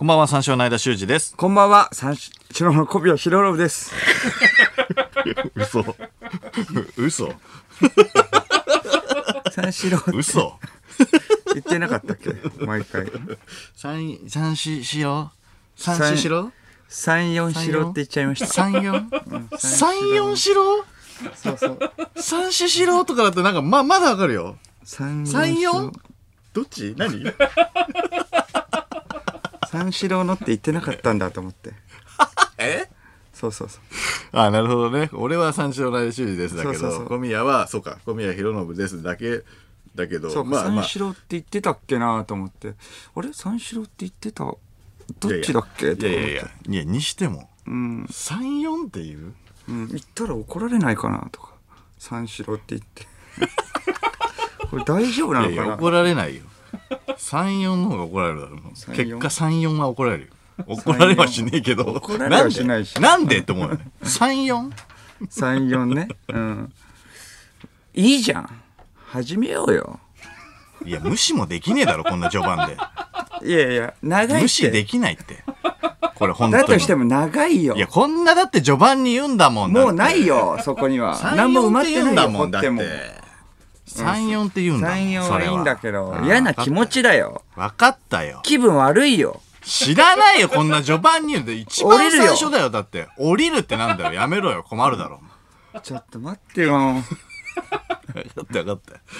こんばんは、三四郎の間修二です。 こんばんは、三四郎の小宮浩信です。 嘘三四郎って嘘言ってなかったっけ毎回。 三四郎三四郎三四四郎って言っちゃいました。 三四三四四郎そうそう。 三四四郎とかだってなんかまだわかるよ。 三四どっち何三四郎のって言ってなかったんだと思って。そうそうそう。 あ、なるほどね。俺は三四郎の間修二ですだけど、 そうそうそう小宮はそうか、小宮浩信ですだけだけど、 そうか、三四郎って言ってたっけなと思って、あれ三四郎って言ってた、どっちだっけとか思って。 いやにしても、 うん、 三四っていう、 うん、言ったら怒られないかなとか、三四郎って言ってこれ大丈夫なのかな。 いやいや怒られないよ。三四の方が怒られるだろう。結果三四は怒られるよ。怒られはしねえけど、 怒られはしないし、 なんでって思うよ。三四三四ね、うん、いいじゃん、始めようよ。 いや無視もできねえだろこんな序盤で。 いやいや長いって、 無視できないって。これ本当にだとしても長いよ。 いやこんなだって序盤に言うんだもん。 もうないよそこには。何も埋まってないよ。 もんだって三四って言うんだもん。 三四はいいんだけど、嫌な気持ちだよ。 分かったよ。 気分悪いよ。 知らないよこんな序盤に言うんで。一番最初だよ。だって降りるってなんだよ。やめろよ、困るだろ。 ちょっと待ってよ。 分かった分かった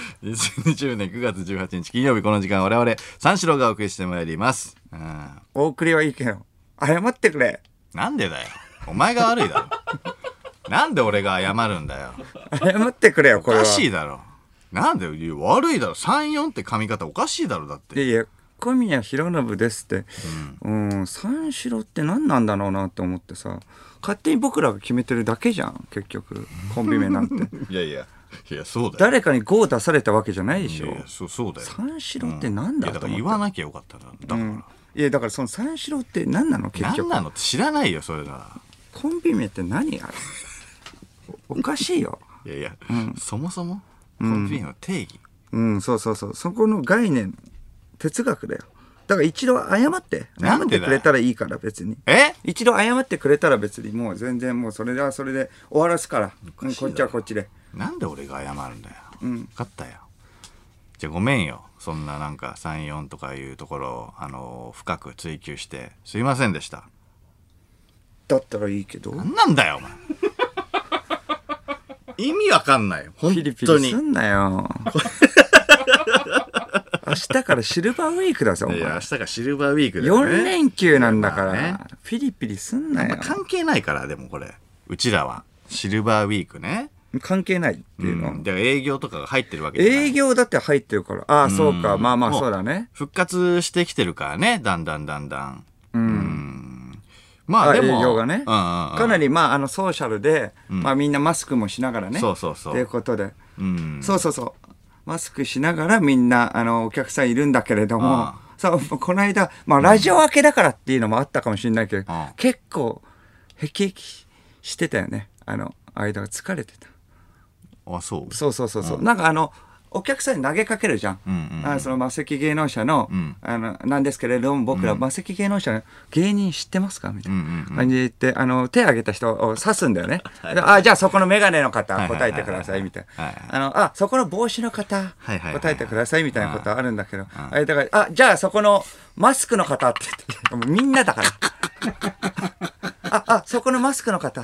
。2020年9月18日金曜日、この時間我々三四郎がお送りしてまいります。 お送りはいいけど謝ってくれ。 なんでだよ、お前が悪いだろ。なんで俺が謝るんだよ。 謝ってくれよ。これはおかしいだろ。なんで悪いだろ。三四って髪型おかしいだろ。だって。 いや小宮浩信ですって、三四郎って何なんだろうなって思ってさ、勝手に僕らが決めてるだけじゃん結局コンビ名なんて。 いやそうだよ。 誰かに5を出されたわけじゃないでしょ。 いやそうだよ。 三四郎って何だ、 だから言わなきゃよかったな。だから、 いやだからその三四郎って何なの結局。 何なのって知らないよそれなら。 コンビ名って何あれおかしいよ。 いや、そもそもコンビ名の定義、 そうそこの概念哲学だよ。だから一度謝ってくれたらいいから、別に一度謝ってくれたら別にもう全然もうそれはそれで終わらすから、こっちはこっちで。 なんで俺が謝るんだよ。分かったよ。じゃあごめんよ、そんななんか三四とかいうところを深く追求してすいませんでした。 だったらいいけど。 なんなんだよお前。意味わかんないよ本当に。 ピリピリすんなよ。明日からシルバーウィークだぞお前。 いや明日がシルバーウィークだよね。 4連休なんだから、ピリピリすんなよ。 関係ないから。でもこれうちらはシルバーウィークね、 関係ないっていうの、 だから営業とかが入ってるわけじゃない。 営業だって入ってるから。ああそうか、まあそうだね。 復活してきてるからね、だんだんまあでも営業がね、かなりソーシャルで、みんなマスクもしながらね、 そうっていうことで、そうマスクしながらみんなお客さんいるんだけれども、この間、ラジオ明けだからっていうのもあったかもしれないけど、結構へきへきしてたよね。間が疲れてた。 あ、そうなんかお客さんに投げかけるじゃん、その魔石芸能者の、なんですけれども、僕ら魔石芸能者の芸人知ってますかみたいな感じで言って、手挙げた人を指すんだよね。じゃあそこの眼鏡の方答えてくださいみたいな、そこの帽子の方答えてくださいみたいなことはあるんだけど、だからじゃあそこのマスクの方って言ってみんなだからそこのマスクの方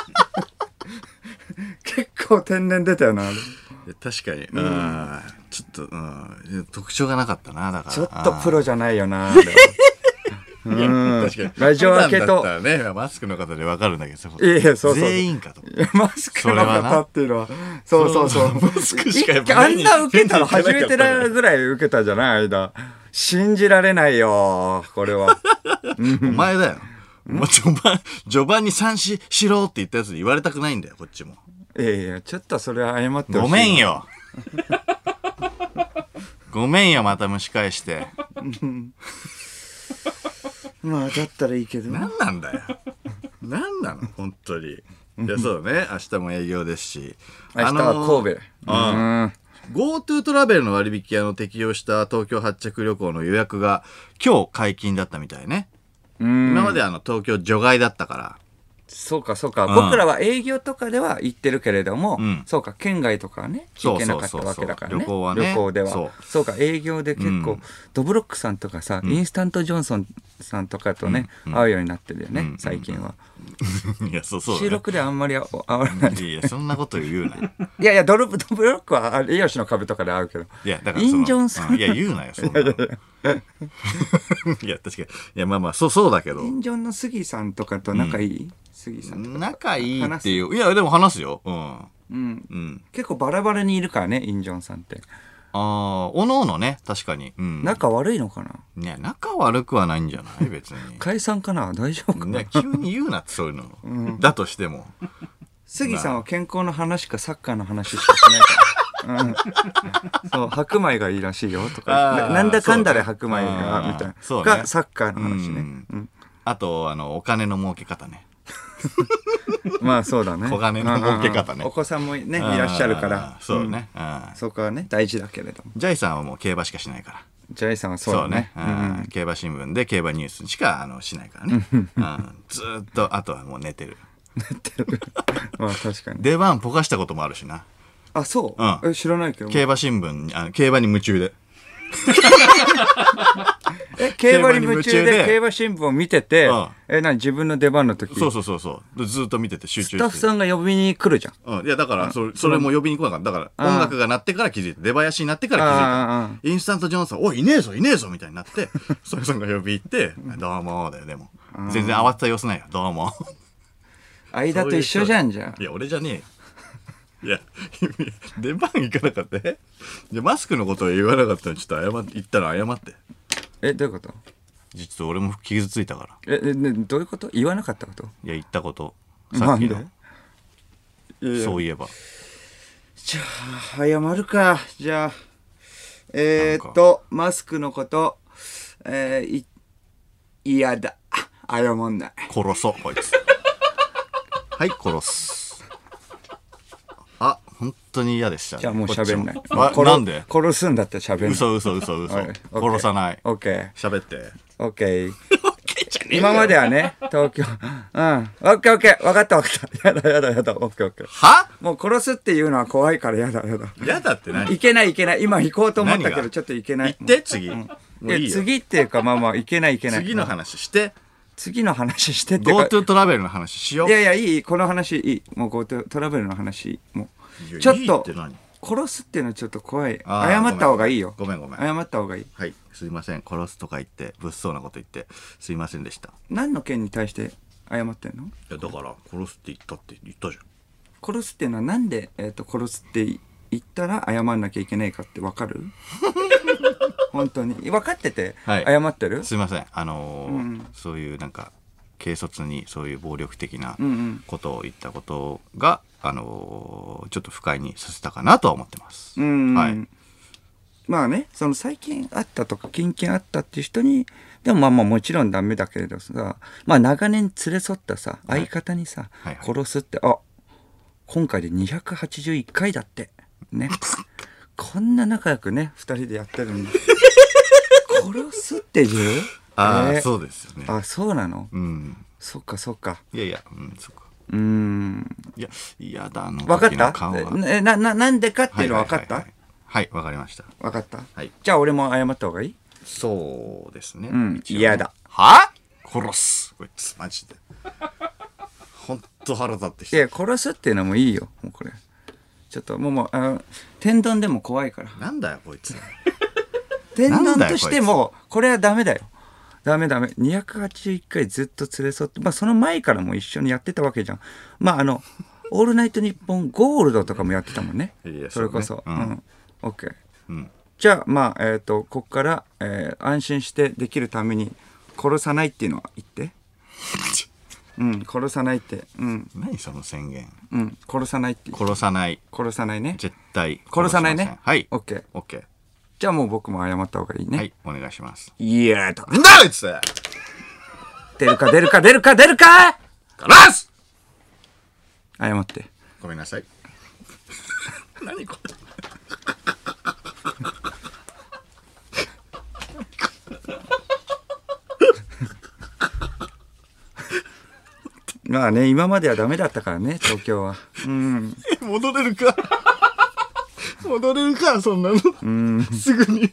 結構天然出たよな。 確かに、ちょっと、特徴がなかったな。だからちょっとプロじゃないよな。 確かにラジオ明けとね、マスクの方で分かるんだけど、全員かと。 マスクの方っていうのはそうマスクしかやっぱあんな受けたの初めてなぐらい受けたじゃない間。信じられないよこれは。 お前だよ。もう序盤に三四しろって言ったやつに言われたくないんだよこっちも。 いやちょっとそれは謝ってほしい。 ごめんよ。ごめんよ、また蒸し返して。 だったらいいけど。 何なんだよ。何なの本当に。いやそうだね、明日も営業ですし、 明日は神戸。 GoTo トラベルの割引適用した東京発着旅行の予約が今日解禁だったみたいね。 今まで東京除外だったから。 そうかそうか、僕らは営業とかでは行ってるけれども、そうか県外とかはね行けなかったわけだからね。 旅行はね。 旅行ではそうか、営業で結構、ドブロックさんとかさ、インスタントジョンソンさんとかとね、会うようになってるよね、最近は。 いやそう収録であんまり会わない。 いやそんなこと言うな。 いやドブロックは有吉の壁とかで会うけど。 いやだからインジョンさん、 いや言うなよそんな。いや確かに、いやまあそうだけど。 インジョンの杉さんとかと仲いい？杉さんとか仲いいっていう。いやでも話すよ。 結構バラバラにいるからね、インジョンさんって。 おのおのね、確かに。 仲悪いのかな。 ね、仲悪くはないんじゃない別に。 解散かな、大丈夫かな。 急に言うなってそういうの。だとしても。 杉さんは健康の話かサッカーの話しかしないから。そう白米がいいらしいよとか、なんだかんだで白米がみたいながサッカーの話ね。 あとお金の儲け方ね。 まあそうだね。 小金の儲け方ね。 お子さんもねいらっしゃるから。 そうね。 そこはね大事だけれども。 ジャイさんはもう競馬しかしないから。 ジャイさんはそうだね。 競馬新聞で競馬ニュースしかしないからね。ずっとあとはもう寝てる。 寝てる。まあ確かに。 出番ぽかしたこともあるしな。 あそう。知らないけど。 競馬新聞競馬に夢中で。 競馬に夢中で競馬新聞を見てて、自分の出番の時。 そうずっと見てて集中して。 スタッフさんが呼びに来るじゃん。いやだからそれも呼びに来なかった。だから音楽が鳴ってから気づいて、出囃子になってから気づいて、インスタントジョンソン、おいいねえぞみたいになって、それさんが呼び行ってどうもだよ。でも全然慌てた様子ないよ。どうも。 間と一緒じゃんじゃん。 いや俺じゃねえよ。いや出番行かなかった。じゃマスクのことを言わなかったらちょっと言ったら謝って。 どういうこと？ 実は俺も傷ついたから。 どういうこと？言わなかったこと？ いや言ったこと。さっきの。そういえば。 じゃあ謝るか。じゃあマスクのこと嫌だ。謝んない。 殺そうこいつ。はい殺す。本当に嫌でした。 じゃあもう喋んない。 なんで？ 殺すんだったら喋んない。 嘘。殺さない。 オッケー。 喋って。 オッケー。今まではね、東京。オッケー。わかった。やだ。オッケー。 は？ もう殺すっていうのは怖いからやだ。 やだって何？ いけない。今行こうと思ったけどちょっといけない。 行って次。 次っていうかまあいけない。 次の話して。 次の話してって。 GoTo トラベルの話しよう。 いやいい。この話いい。もう GoTo トラベルの話もう。ちょっと殺すっていうのはちょっと怖い。謝った方がいいよ。 ごめん謝った方がいい。 はいすいません。殺すとか言って物騒なこと言ってすいませんでした。 何の件に対して謝ってんの？いやだから殺すって言ったじゃん。 殺すっていうのはなんで殺すって言ったら謝んなきゃいけないかって分かる？本当に分かってて謝ってる？ すいません。そういうなんか軽率にそういう暴力的なことを言ったことが、ちょっと不快にさせたかなとは思ってます。はい。 まあね、その最近あったとか近々あったっていう人にでもまあもちろんダメだけれどさ、まあ長年連れ添ったさ相方にさ、殺すって今回で281回だってね。こんな仲良くね2人でやってるんで殺すっていうそうですよね。 そうなの？そっか。 いやそっか。いや嫌だ分かった？なんでかっていうの分かった？ はい分かりました。 分かった？ はい。 じゃあ俺も謝った方がいい？ そうですね。 嫌だ。 は？殺すこいつマジで。ほんと腹立ってきた。 いや殺すっていうのもいいよ。もうこれちょっともう天丼でも怖いから。 なんだよこいつ。 天丼としてもこれはダメだよ。ダメ281回ずっと連れ添って、その前からも一緒にやってたわけじゃん。オールナイトニッポンゴールドとかもやってたもんね。それこそ。オッケー。じゃあこっから、安心してできるために殺さないっていうのは言って。殺さないって。 何その宣言。 殺さないって。 殺さないね。 絶対殺さないね。 はい。 オッケー。 オッケー。 じゃあもう僕も謝った方がいいね。 はい、お願いします。 いやだ。 なんだあいつ！ 出るかガラス！ 謝って。 ごめんなさい。何これ。 まあね、今まではダメだったからね、東京は。うん。 戻れるか戻れるか、そんなの。すぐに。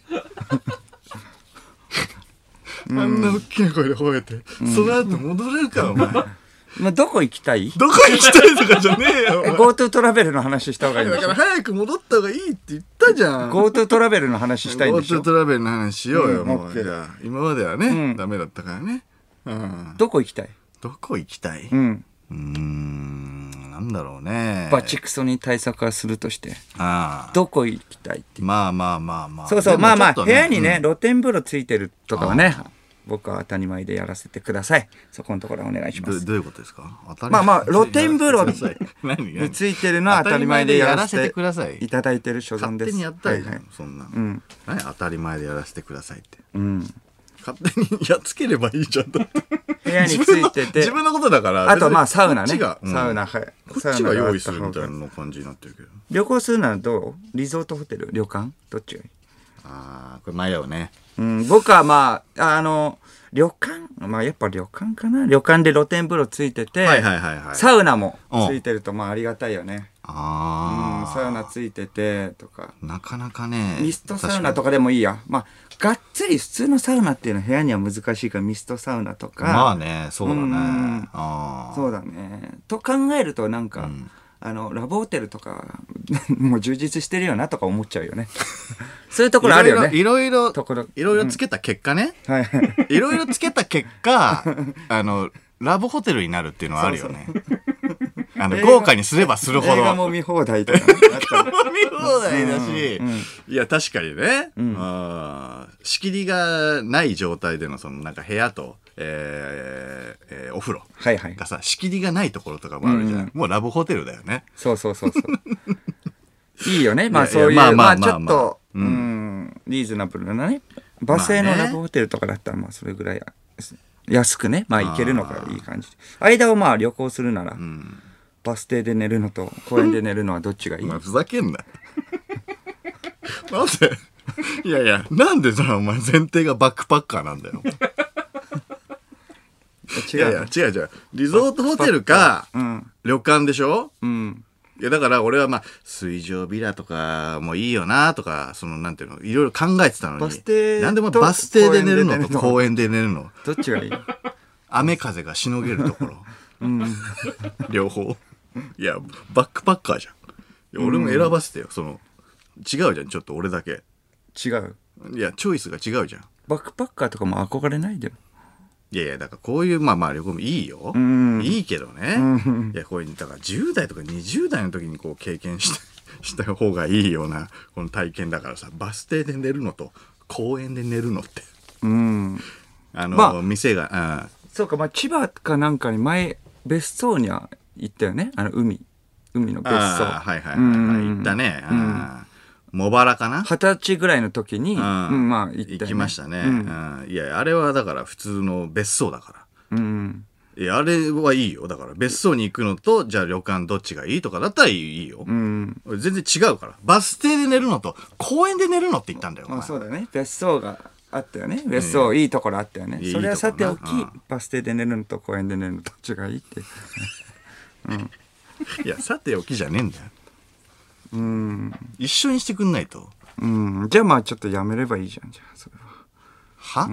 あんな大きな声で吠えて、その後戻れるか、お前。 まあ、どこ行きたい？ どこ行きたいとかじゃねえよ。 GoTo トラベルの話した方がいいんでしょ。 だから早く戻った方がいいって言ったじゃん。 GoTo トラベルの話したいんでしょ。 GoTo トラベルの話しようよ、もう。 OK じゃあ今まではね、ダメだったからね。 どこ行きたい？ どこ行きたい？ うん。 なんだろうね。 バチクソに対策はするとして。どこ行きたいって。 まあまあまあまあ。 そうそう、まあまあ、部屋にね、露天風呂ついてるとかはね、僕は当たり前でやらせてください。そこのところお願いします。 どういうことですか？ まあまあ、露天風呂についてるのは当たり前でやらせてください。 いただいてる所存です。 勝手にやったらいいじゃん、そんな。何当たり前でやらせてくださいって。勝手にやっつければいいじゃん。部屋についてて。 自分のことだから。 あとまあサウナね。サウナ、はい。 こっちが用意するみたいな感じになってるけど。 旅行するならどう？リゾートホテル？旅館？どっちがいい？ これ迷うね。 僕はまあ、旅館まあやっぱ旅館かな。旅館で露天風呂ついてて、サウナもついてるとまあありがたいよね。サウナついててとか。 なかなかね。 ミストサウナとかでもいいや。まあ、がっつり普通のサウナっていうのは部屋には難しいからミストサウナとか。 まあね、そうだね。 そうだね。と考えるとなんか、ラブホテルとかもう充実してるよなとか思っちゃうよね。そういうところあるよね。 いろいろつけた結果ね。いろいろつけた結果、ラブホテルになるっていうのはあるよね。豪華にすればするほど。 映画も見放題とか。 映画も見放題だし、いや、確かにね。仕切りがない状態での、そのなんか部屋と、お風呂がさ、仕切りがないところとかもあるじゃん。もうラブホテルだよね。 そう。いいよね。まあそういう、まあちょっと、リーズナブルなね。バスへのラブホテルとかだったら、まあそれぐらい安くね、まあ行けるのがいい感じ。間をまあ旅行するなら、バス停で寝るのと公園で寝るのはどっちがいい？ ふざけんな。なんでいやいや、なんでさ、お前前提がバックパッカーなんだよ。違う。リゾートホテルか、旅館でしょ？いや、だから俺はまあ、水上ビラとかもいいよなとか、そのなんていうの、いろいろ考えてたのに。なんでもバス停で寝るのと公園で寝るの。 どっちがいい？ 雨風がしのげるところ。両方。いや、バックパッカーじゃん。いや、俺も選ばせてよ。その、違うじゃん、ちょっと俺だけ。 違う。 いや、チョイスが違うじゃん。 バックパッカーとかも憧れないでも。 いや、だからこういう、まあ旅行もいいよ。いいけどね。いや、これ、だから10代とか20代の時にこう経験した方がいいような、この体験だからさ、バス停で寝るのと、公園で寝るのって。店が、 そうか、まあ千葉かなんかに前、別荘には行ったよね。海の別荘。 行ったね。茂原かな ？20歳ぐらいの時に、まあ行ったよね。 行きましたね。いや、あれはだから普通の別荘だから。いや、あれはいいよ。だから別荘に行くのと、じゃあ旅館どっちがいいとかだったらいいよ。全然違うから。バス停で寝るのと、公園で寝るのって言ったんだよ。 そうだね。別荘があったよね。別荘いいところあったよね。それはさておき、バス停で寝るのと公園で寝るのどっちがいいって。 いや、さておきじゃねえんだよ。一緒にしてくんないと。 じゃあまあちょっとやめればいいじゃん、じゃあそれは。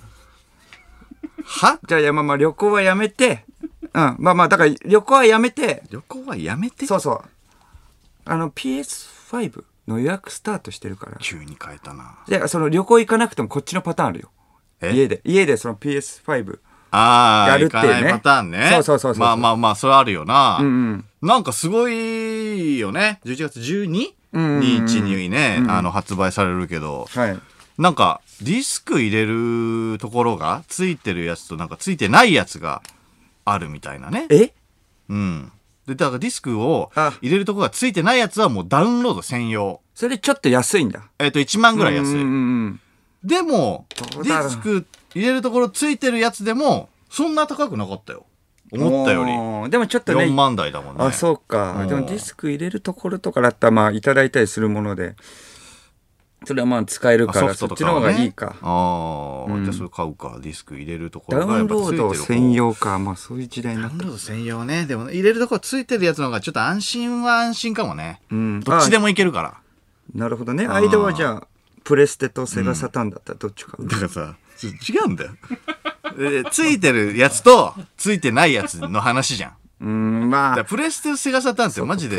はじゃあまあ旅行はやめて、まあだから旅行はやめて。 旅行はやめて？ そうそう。PS5 の予約スタートしてるから。 急に変えたな。 じゃあその旅行行かなくてもこっちのパターンあるよ。家でその PS5。 やるっていうね。パターンね。 そう。 まあ、それあるよな。なんかすごいよね。11月12日にね、発売されるけど、なんかディスク入れるところがついてるやつとなんかついてないやつがあるみたいなね。で、だからディスクを入れるところがついてないやつはもうダウンロード専用。 それちょっと安いんだ。 1万ぐらい安い。でも、ディスク入れるところついてるやつでも、そんな高くなかったよ。思ったより。 でもちょっとね。 4万台だもんね。 そうか。でもディスク入れるところとかだったら、まあ、いただいたりするもので。 それはまあ使えるからそっちの方がいいか。 ああ、じゃあそれ買うか。ディスク入れるとこダろがウンロード専用か。まあそういう時代になった。 ダウンロード専用ね。でも入れるところついてるやつの方がちょっと安心は安心かもね。どっちでもいけるから。 なるほどね。間はじゃあプレステとセガサターンだったらどっちか。 だからさ、違うんだよ。ついてるやつとついてないやつの話じゃん。 まあプレステとセガサターンってマジで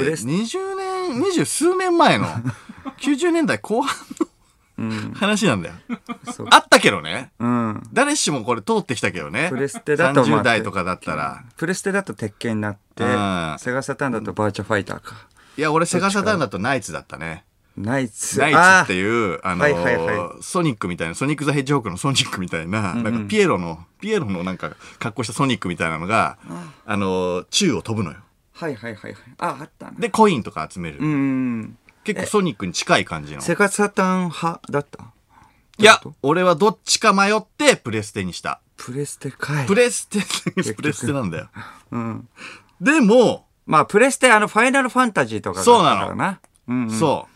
20数年前の90年代後半の話なんだよ。あったけどね。誰しもこれ通ってきたけどね。 プレステだと 30代とかだったら。 プレステだと鉄拳になって、セガサターンだとバーチャファイターか。 いや、俺セガサターンだとナイツだったね。 ナイツっていうソニックみたいな、ソニック・ザ・ヘッジホークのソニックみたいな、なんかピエロのなんか格好したソニックみたいなのが宙を飛ぶのよ。 あったな。 でコインとか集める。結構ソニックに近い感じの。 セガサターン派だった？ いや、俺はどっちか迷ってプレステにした。 プレステかい。 プレステなんだよ。でもまあプレステファイナルファンタジーとかだったからな。 そう。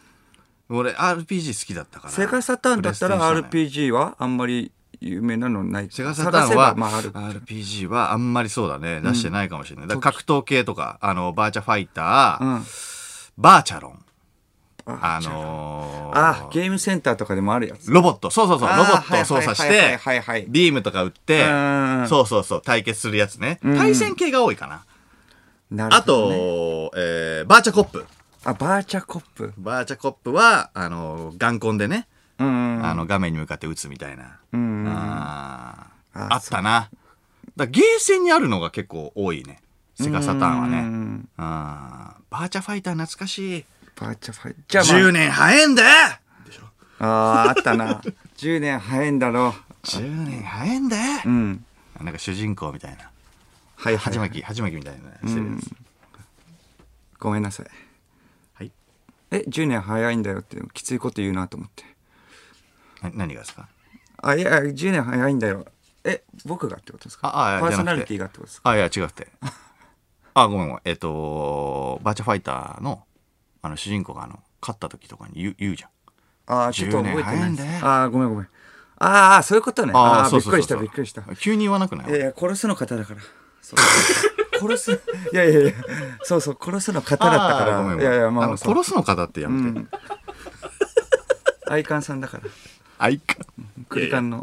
俺 RPG 好きだったから。 セガサターンだったら RPG はあんまり有名なのない。 セガサターンは RPG はあんまりそうだね、出してないかもしれない。だから格闘系とかバーチャファイター、バーチャロン、 ゲームセンターとかでもあるやつ。 ロボット、そうロボットを操作してビームとか撃って対決するやつね。対戦系が多いかな。あとバーチャコップ。 バーチャコップ。 バーチャコップは眼コンでね、画面に向かって撃つみたいな。あったな。だゲーセンにあるのが結構多いね、セガサターンはね。バーチャファイター懐かしい。 バーチャファイター 10年早いんだよでしょ。 あったな。10年早いんだろう。 10年早いんだよ。なんか主人公みたいな、鉢巻きみたいなしてるやつ。 ごめんなさい。10年早いんだよってきついこと言うなと思って。 何がですか？ いや10年早いんだよ。僕がってことですか？パーソナリティがってことですか？ いや違くてごめん。バーチャファイターの主人公が勝った時とかに言うじゃん。 ちょっと覚えてない。ごめん。そういうことね。びっくりした。 急に言わなくない？ いや殺すの方だから。殺す。いやそう殺すの方だったから。いやまあ殺すの方ってやめて。 アイカンさんだから。 アイカン。 クリカンの。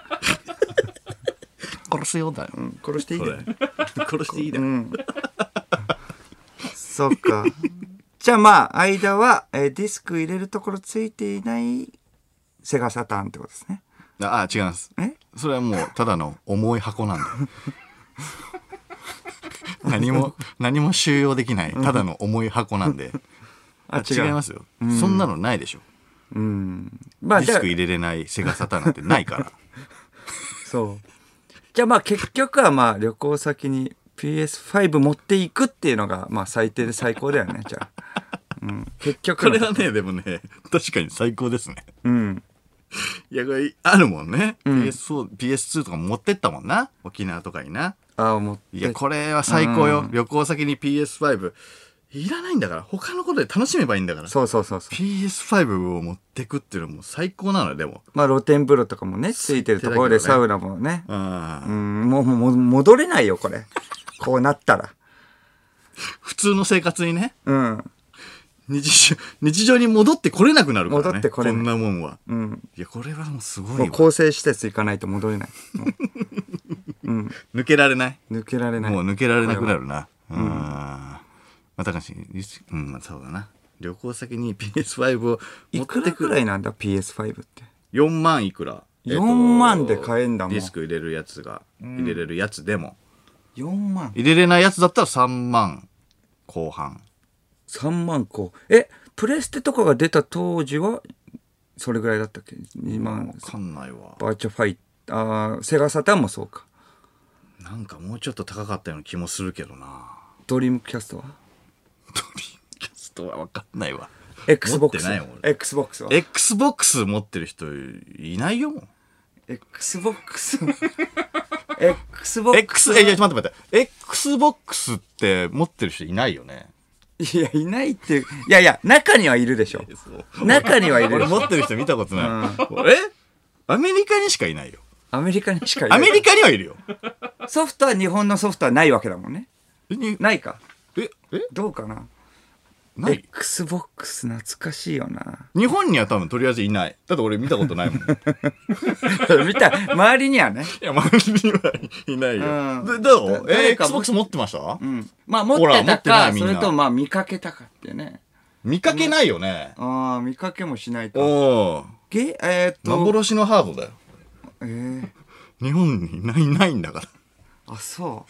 殺すよだよ。 殺していいだよ。 殺していいだよ。 そっか。じゃあまあ間はディスク入れるところついていないセガサターンってことですね。 違います。それはもうただの重い箱なんだよ。何も収容できないただの重い箱なんで。違いますよ。そんなのないでしょ。ディスク入れれないセガサターンなんてないから。 そう。じゃあまあ結局はまあ旅行先に PS5 持っていくっていうのがまあ最低で最高だよね。じゃあ、結局これはねでもね確かに最高ですね。いやこれあるもんね。PS2 とか持ってったもんな、沖縄とかにな。いやこれは最高よ。旅行先に PS5 いらないんだから、他のことで楽しめばいいんだから。 そう PS5 を持ってくっていうのも最高なのよ。でもまあ露天風呂とかもねついてるところでサウナもね。もう戻れないよこれ。こうなったら普通の生活にね、日常に戻ってこれなくなるからね。戻ってこれないこんなもんは。いやこれはもうすごいわ。 もう更生施設行かないと戻れない。 抜けられない。 もう抜けられなくなるな。まあ確かにそうだな。旅行先に PS5 をいくらくらいなんだ PS5 って。 4万いくら。 4万で買えんだもん。 ディスク入れるやつが入れれるやつでも 4万。 入れれないやつだったら3万後半。 3万後。プレステとかが出た当時はそれぐらいだったっけ？ 2万。 分かんないわ。 バーチャファイセガサターンもそうか。 なんかもうちょっと高かったような気もするけどな。 ドリームキャストは？ ドリームキャストは分かんないわ。 Xbox は？ Xbox 持ってる人いないよ。 Xbox いやちょっと待って。Xbox って持ってる人いないよね。 いや、いないっていう。いやいや、中にはいるでしょ。中にはいる俺持ってる人見たことない。アメリカにしかいないよ。 アメリカにしかいない。 アメリカにはいるよ。 ソフトは日本のソフトはないわけだもんね。ないか。 えどうかな。 ない ?Xbox 懐かしいよな。 日本には多分とりあえずいない。だって俺見たことないもん。 見た、周りにはね。 いや、周りにはいないよ。どうXbox 持ってました？ まあ持ってたか、それとまあ見かけたかってね。 見かけないよね。 ああ、見かけもしないか。 幻のハードだよ。日本にないんだから。 あ、そう。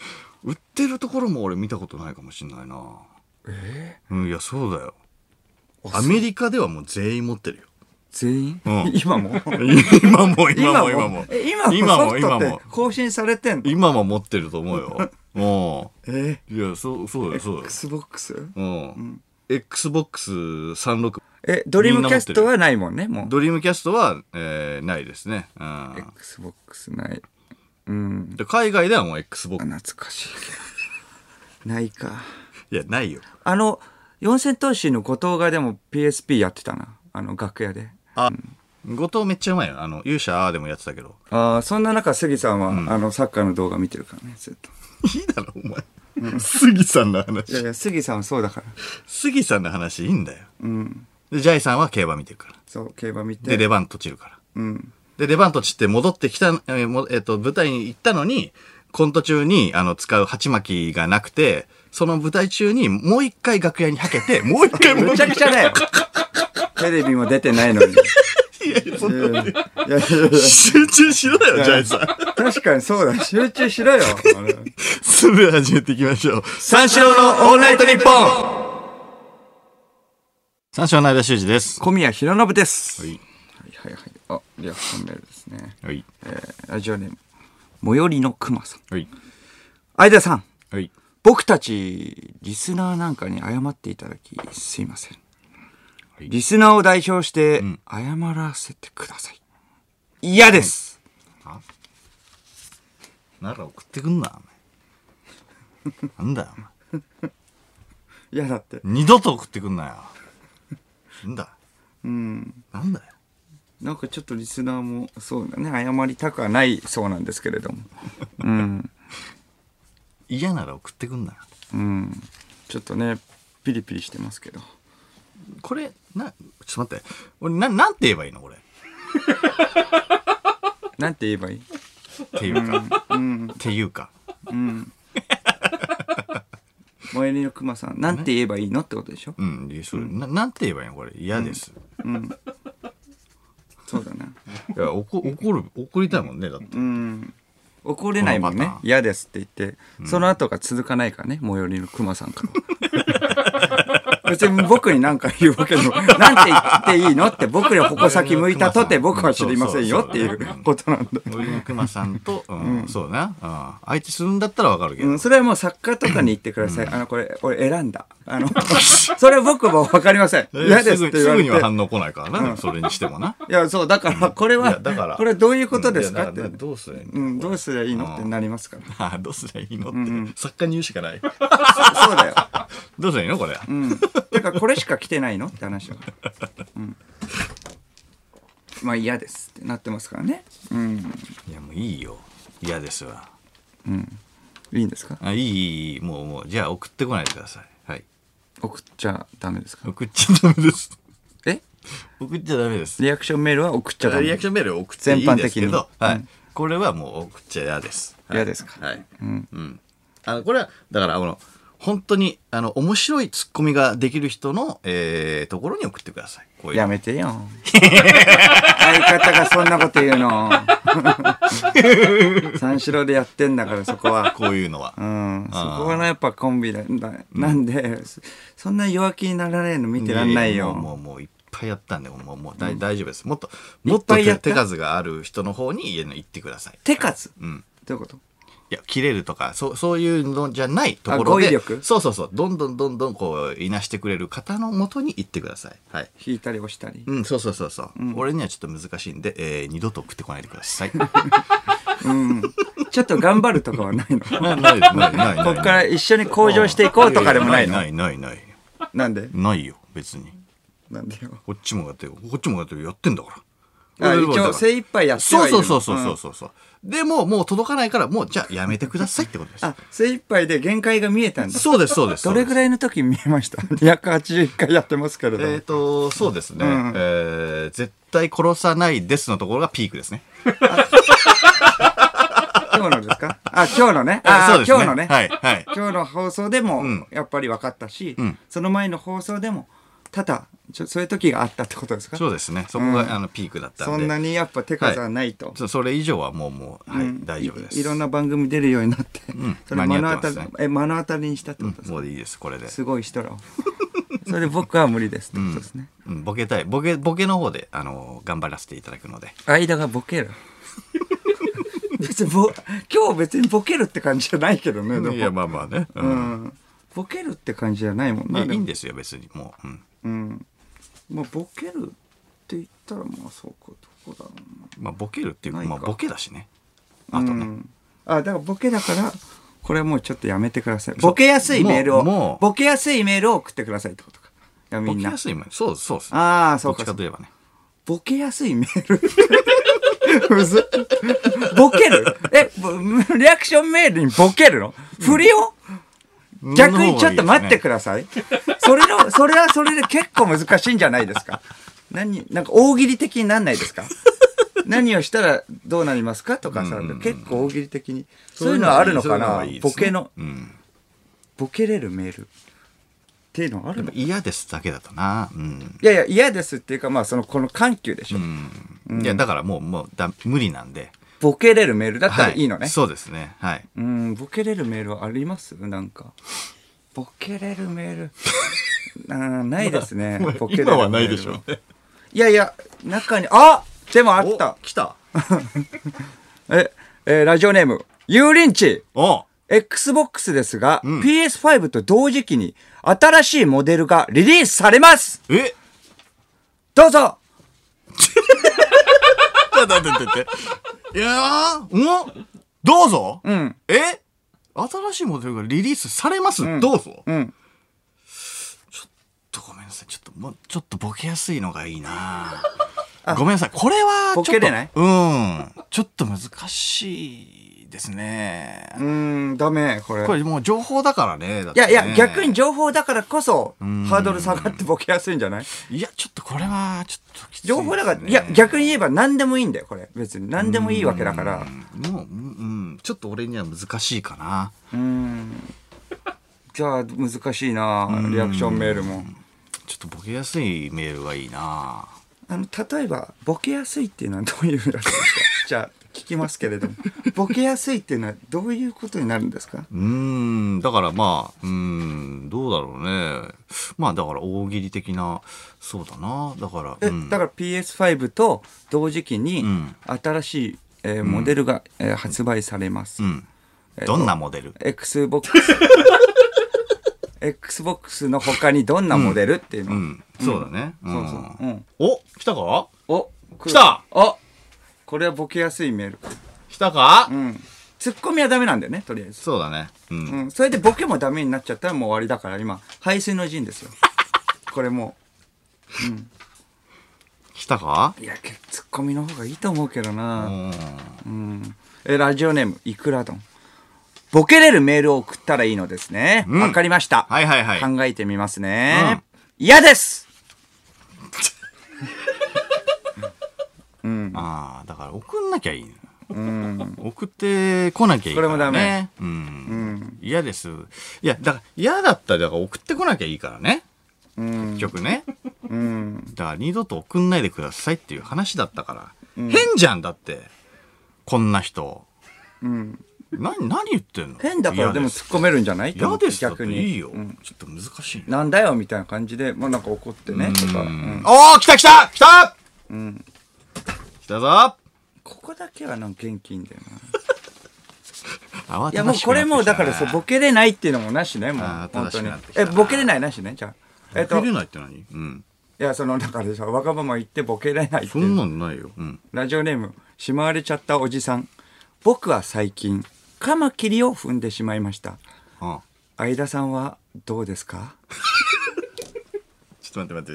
売ってるところも俺見たことないかもしんないな。いや、そうだよ。アメリカではもう全員持ってるよ。 全員？今も今も。 今も更新されてんの？ 今も持ってると思うよ。いや、そうだよ。 Xbox？ Xbox36。 ドリームキャストはないもんね、もう。 ドリームキャストはないですね。 Xbox ない。 海外ではもう Xbox。 懐かしいけど。ないか。 いや、ないよ。 四千頭身の後藤がでも PSP やってたな。楽屋で。 後藤めっちゃうまいよ。勇者でもやってたけど。 そんな中、杉さんは、サッカーの動画見てるからね、ずっと。 いいだろ、お前。杉さんの話。 いやいや、杉さんはそうだから。 杉さんの話いいんだよ。で、ジャイさんは競馬見てるから。 そう、競馬見て。 で、出番とちるから。で、出番とちって戻ってきた、舞台に行ったのに、コント中に、使う鉢巻きがなくて、その舞台中にもう一回楽屋にはけて、もう一回むちゃくちゃだよ。テレビも出てないのに。 いや、そんな集中しろよ、ジャイさん。 確かにそうだ。集中しろよ。 それでは始めていきましょう。三四郎のオールナイトニッポン。三四郎の間修二です。 小宮浩信です。 はい。 リアクションメールですね。 はい。 ラジオネーム、最寄りのくまさん。 はい。 相田さん。 はい。 僕たち、リスナーなんかに謝っていただき、すいません。リスナーを代表して、謝らせてください。嫌です。 なら送ってくんな、お前。なんだよ、お前。 嫌だって。 二度と送ってくんなよ。なんだ。なんだよ。 なんかちょっとリスナーも、そうだね、謝りたくはないそうなんですけれども。 嫌なら送ってくんなよ。 ちょっとね、ピリピリしてますけど。 これ、ちょっと待って。俺、なんて言えばいいのこれ。 なんて言えばいい？ っていうか。っていうか。 最寄りのくまさん、なんて言えばいいのってことでしょ？ なんて言えばいいのこれ。嫌です。 そうだな。 いや、怒りたいもんね、だって。 怒れないもんね。嫌ですって言って、その後が続かないからね、最寄りのクマさんから。別に僕に何か言うわけでも、なんて言っていいのって僕に矛先向いたとて僕は知りませんよっていうことなんだ。 最寄りのクマさんと、そうな。相手するんだったらわかるけど。 それはもう作家とかに言ってください。これ、俺選んだ。それは僕もわかりません。嫌ですって言われて。 すぐには反応来ないからな、それにしてもな。 いや、そう、だから、これは、これどういうことですかって。 どうすりゃいいの？ どうすりゃいいのってなりますから。 どうすりゃいいのって。作家に言うしかない。 そうだよ。 どうすりゃいいのこれ。 てか、これしか来てないのって話は。まあ嫌ですってなってますからね。 いや、もういいよ。嫌ですわ。 いいんですか？ いい。もう、じゃあ送ってこないでください。はい。 送っちゃダメですか？ 送っちゃダメです。 え？ 送っちゃダメです。 リアクションメールは送っちゃダメ。 リアクションメールを送っていいんですけど、はい。これはもう送っちゃ嫌です。 嫌ですか？ はい。これは、だから、本当に、面白いツッコミができる人の、ところに送ってください。こういうやめてよ。相方がそんなこと言うの。三四郎でやってんだから、そこは。 こういうのは。 そこはやっぱコンビだ。なんで、そんな弱気にならないの見てらんないよ。 もういっぱいやったんで、もう大丈夫です。もっと手数がある人の方に言ってください。 手数？どういうこと？ いや、切れるとか、そういうのじゃないところで。 語彙力？ そう。どんどんこう、いなしてくれる方のもとに言ってください。はい。 引いたり押したり。 そう。俺にはちょっと難しいんで、二度と送ってこないでください。 ちょっと頑張るとかはないの？ ない。 こっから一緒に向上していこうとかでもないの？ ない。 なんでないよ別に。 なんでよ。 こっちもやってよ、こっちもやってよ、やってんだから。 一応精一杯やってはいるの。 そう。でももう届かないから、もうじゃあやめてくださいってことです。 精一杯で限界が見えたんだ。 そうです。 どれぐらいの時見えました？ 281 回やってますけれど。 そうですね。絶対殺さないですのところがピークですね。 今日のですか？今日のね。 そうですね。 今日のね。 はい。 今日の放送でもやっぱり分かったし、その前の放送でもただそういう時があったってことですか？ そうですね。そこがピークだったんで。 そんなにやっぱ手数はないと。 それ以上はもう大丈夫です。 いろんな番組出るようになって、それ目の当たりにしたってことですか？ もういいですこれで。 すごい人らを。それで僕は無理ですってことですね。 ボケたいボケの方で頑張らせていただくので。 間がボケる。別に今日別にボケるって感じじゃないけどね。 いやまあね。 ボケるって感じじゃないもんな。 いいんですよ別にもう。 まあボケるって言ったらまあそうかどこだろうな。 まあボケるっていうかまあボケだしね。あとね。 だからボケだからこれもうちょっとやめてください。ボケやすいメールを送ってくださいってことか。いやみんな。 ボケやすいメール。そうですね。 そうか。 どっちかといえばね。 ボケやすいメール。ボケる？リアクションメールにボケるの？振りを？逆にちょっと待ってください。それはそれで結構難しいんじゃないですか。なんか大喜利的になんないですか？何をしたらどうなりますかとかさ、結構大喜利的にそういうのはあるのかな。ボケのボケれるメールっていうのはあるの？ 嫌ですだけだとな。 いや嫌ですっていうかまあこの緩急でしょ。 いやだからもう無理なんで。 ボケれるメールだったらいいのね。 そうですね。はい。 ボケれるメールはあります？なんかボケれるメールないですね。ボケれるメール今はないでしょうね。 いや中にでもあった。 来た。 ラジオネームユーリンチ。 Xbox ですが、PS5 と同時期に新しいモデルがリリースされます。どうぞ。 いやどうぞ。新しいモデルがリリースされます。どうぞ。ちょっとごめんなさい。ちょっとボケやすいのがいいな。ごめんなさい。これはボケれない？ ちょっと難しいですね。 ダメこれ。 これもう情報だからね。 いや逆に情報だからこそハードル下がってボケやすいんじゃない？ いやちょっとこれはちょっときついですね。 情報だからいや逆に言えば何でもいいんだよこれ。別に何でもいいわけだから。 もうちょっと俺には難しいかな。 じゃあ難しいなリアクションメールも。 ちょっとボケやすいメールがいいな。 例えばボケやすいっていうのはどういうやつですか？じゃあ聞きますけれども、ボケやすいっていうのはどういうことになるんですか？ だからまあどうだろうね。まあだから大喜利的な。そうだな。だからだから PS5 と同時期に新しい、モデルが、発売されます。 どんなモデル？ Xbox の他にどんなモデルっていうの？ そうだね。来たか？ 来た！これはボケやすいメール。 来たか？ ツッコミはダメなんだよねとりあえず。 そうだね。 それでボケもダメになっちゃったらもう終わりだから今排水の陣ですよ。これも来たか？ いやツッコミの方がいいと思うけどな。ラジオネームいくら丼。ボケれるメールを送ったらいいのですね。わかりました。考えてみますね。嫌です。 だから送んなきゃいい。送ってこなきゃいいからね。これもダメ。嫌です。いやだから嫌だったら送ってこなきゃいいからね。結局ね。だから二度と送んないでくださいっていう話だったから。変じゃんだってこんな人。何言ってんの？ 変だからでも突っ込めるんじゃない？ 嫌です逆にいいよ。ちょっと難しい。 なんだよみたいな感じでなんか怒ってねとか。 来た来たぞ。 ここだけはなんか元気いいんだよな。 いやもうこれもだからボケれないっていうのもなしねもう本当に。ボケれないなしねじゃあ。 ボケれないって何？いやだからさわがまま言ってボケれないって。 そんなんないよ。 ラジオネームしまわれちゃったおじさん。僕は最近カマキリを踏んでしまいました。相田さんはどうですか？ ちょっと待って。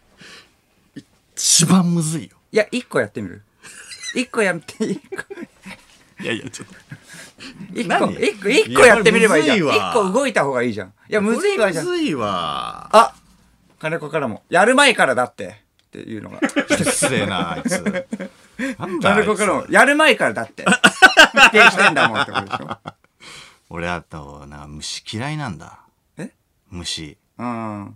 一番むずいよ。 いや、1個やってみる。1個やって、1個。 いやいや、ちょっと。 一個やってみればいいじゃん。1個動いた方がいいじゃん。いや、むずいわじゃん。 むずいわ。 あ、金子からも、やる前からだって。っていうのが。 失礼な、あいつ。 なんだあいつ。金子からも、やる前からだって。否定してんだもんってことでしょ。 俺あと、虫嫌いなんだ。虫。 うん。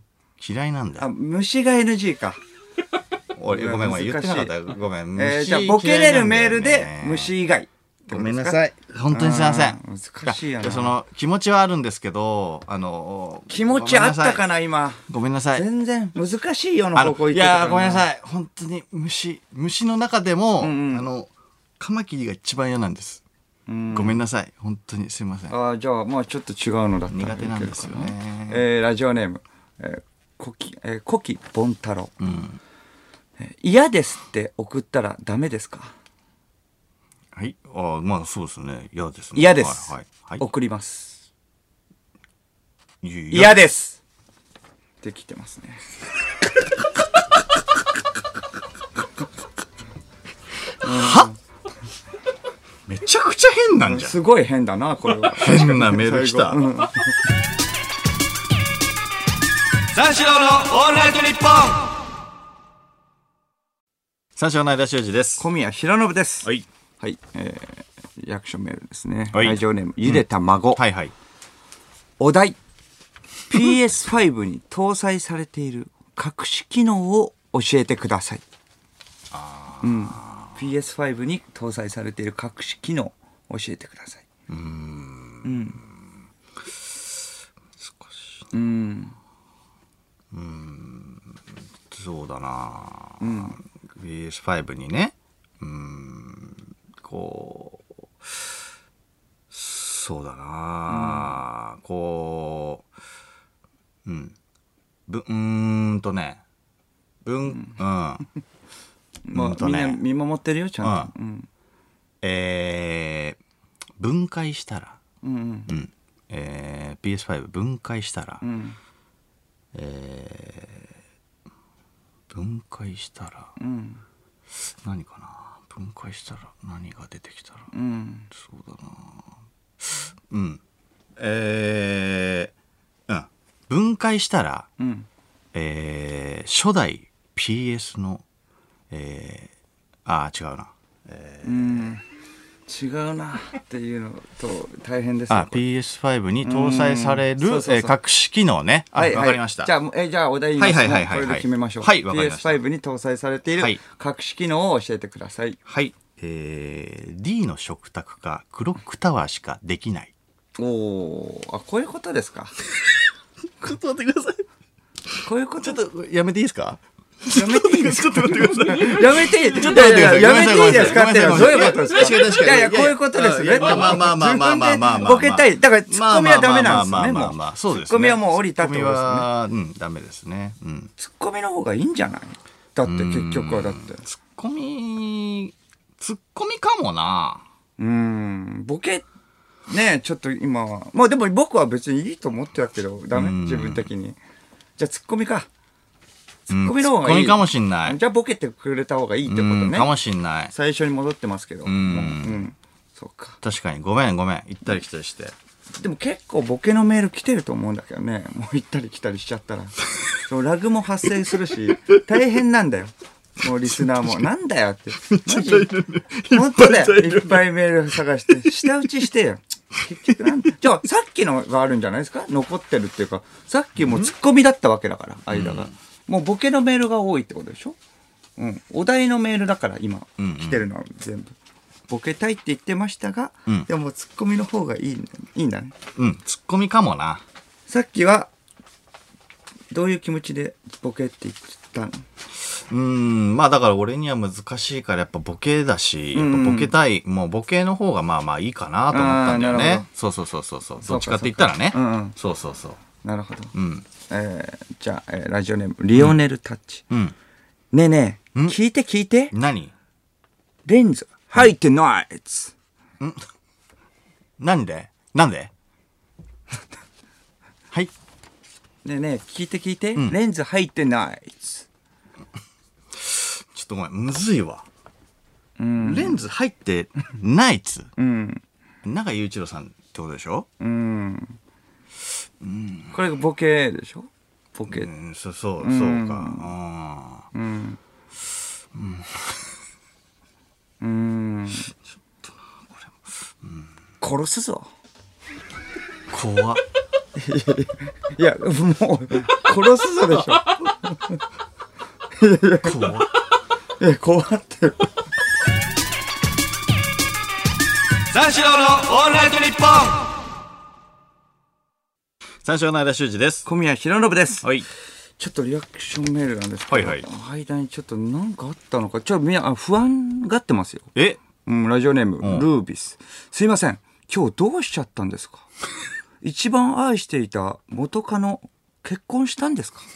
嫌いなんだよ。 あ、虫が NG か。 俺、ごめん、言ってなかった。ごめん。 じゃあ、ボケれるメールで、虫以外。 ごめんなさい。本当にすいません。 難しいやな。 気持ちはあるんですけど、 気持ちあったかな、今。 ごめんなさい。 全然難しいよの方向行ってた。いや、ごめんなさい。本当に虫の中でも、カマキリが一番嫌なんです。ごめんなさい。本当にすいません。 ああ、じゃあ、まあちょっと違うのだったら。 苦手なんですよね。 ラジオネーム、コキボンタロウ。嫌ですって送ったらダメですか？ はい。まあそうですね。嫌ですね。 嫌です。はい。送ります。嫌です。って来てますね。 は？めちゃくちゃ変なんじゃん。 すごい変だな、これは。 変なメール来た。 三四郎のオールナイトニッポン。 三四郎の間修二です。 小宮浩信です。 はい。 はい。リアクションメールですね。 はい。 ラジオネーム、ゆでた孫。 はいはい。 お題。PS5 に搭載されている隠し機能を教えてください。PS5 に搭載されている隠し機能を教えてください。難しい。 そうだな。PS5 にね。そうだな。 まあ、みんな見守ってるよ、ちゃんと。 分解したら、PS5 分解したら、分解したら、何かな。分解したら何が出てきたら、そうだな。分解したら、初代 PS の違うな。 違うなっていうのと大変ですね。 PS5 に搭載される隠し機能ね。わかりました。 じゃあお題言いますね。これで決めましょう。 はい、わかりました。 PS5 に搭載されている隠し機能を教えてください。 はい。D の食卓かクロックタワーしかできない。 こういうことですか。 ちょっと待ってください。 こういうこと。 ちょっとやめていいですか？ やめていいですか？ ちょっと待ってください。 やめていい。 ちょっと待ってください。 やめていいですかってのはどういうことですか？ 確かに。 いやいや、こういうことですね。 まあ。 ボケたい。だからツッコミはダメなんですね。 まあ、そうですね。 ツッコミはもう降りたってことですね。 ダメですね。 ツッコミの方がいいんじゃない？だって結局はだって。 ツッコミかもな。 ボケね、ちょっと今はまあでも僕は別にいいと思ってたけどダメ？自分的に。じゃあツッコミか。ツッコミの方がいい。 ツッコミかもしんない。 じゃあボケてくれた方がいいってことね。 かもしんない。 最初に戻ってますけど。そうか。 確かに。ごめん。行ったり来たりして。 でも結構ボケのメール来てると思うんだけどね。もう行ったり来たりしちゃったら。ラグも発生するし、大変なんだよ。もうリスナーも。なんだよって。マジ本当だよ。いっぱいメール探して。舌打ちしてよ。結局じゃあさっきのがあるんじゃないですか？残ってるっていうか、さっきもツッコミだったわけだから、間が。もうボケのメールが多いってことでしょ？お題のメールだから今来てるのは全部。ボケたいって言ってましたが、でもツッコミの方がいいんだね。 ツッコミかもな。 さっきは、どういう気持ちでボケって言ったの？ まあだから俺には難しいからやっぱボケだし、やっぱボケたい、もうボケの方がまあいいかなと思ったんだよね。そう。どっちかって言ったらね。そう。 なるほど。じゃあ、ラジオネーム、リオネルタッチ。ねえねえ、聞いて。 何？ レンズ、入ってないっつ。 なんではい。 ねえねえ、聞いて、レンズ入ってないっつ。 ちょっとお前むずいわ。レンズ入ってないっつ。中裕一郎さんってことでしょ。 これがボケでしょ。ボケ。 そうか。 殺すぞ。 怖っ。 いや、もう、殺すぞでしょ。 怖っ。 いや、怖って。 三四郎のオールナイトニッポン。三四郎の間修二です。 小宮浩信です。 はい。 ちょっとリアクションメールなんですけど、 はい。 間にちょっと何かあったのか、ちょっとみんな不安がってますよ。ラジオネーム、ルービス。すいません。今日どうしちゃったんですか？一番愛していた元カノ、結婚したんですか？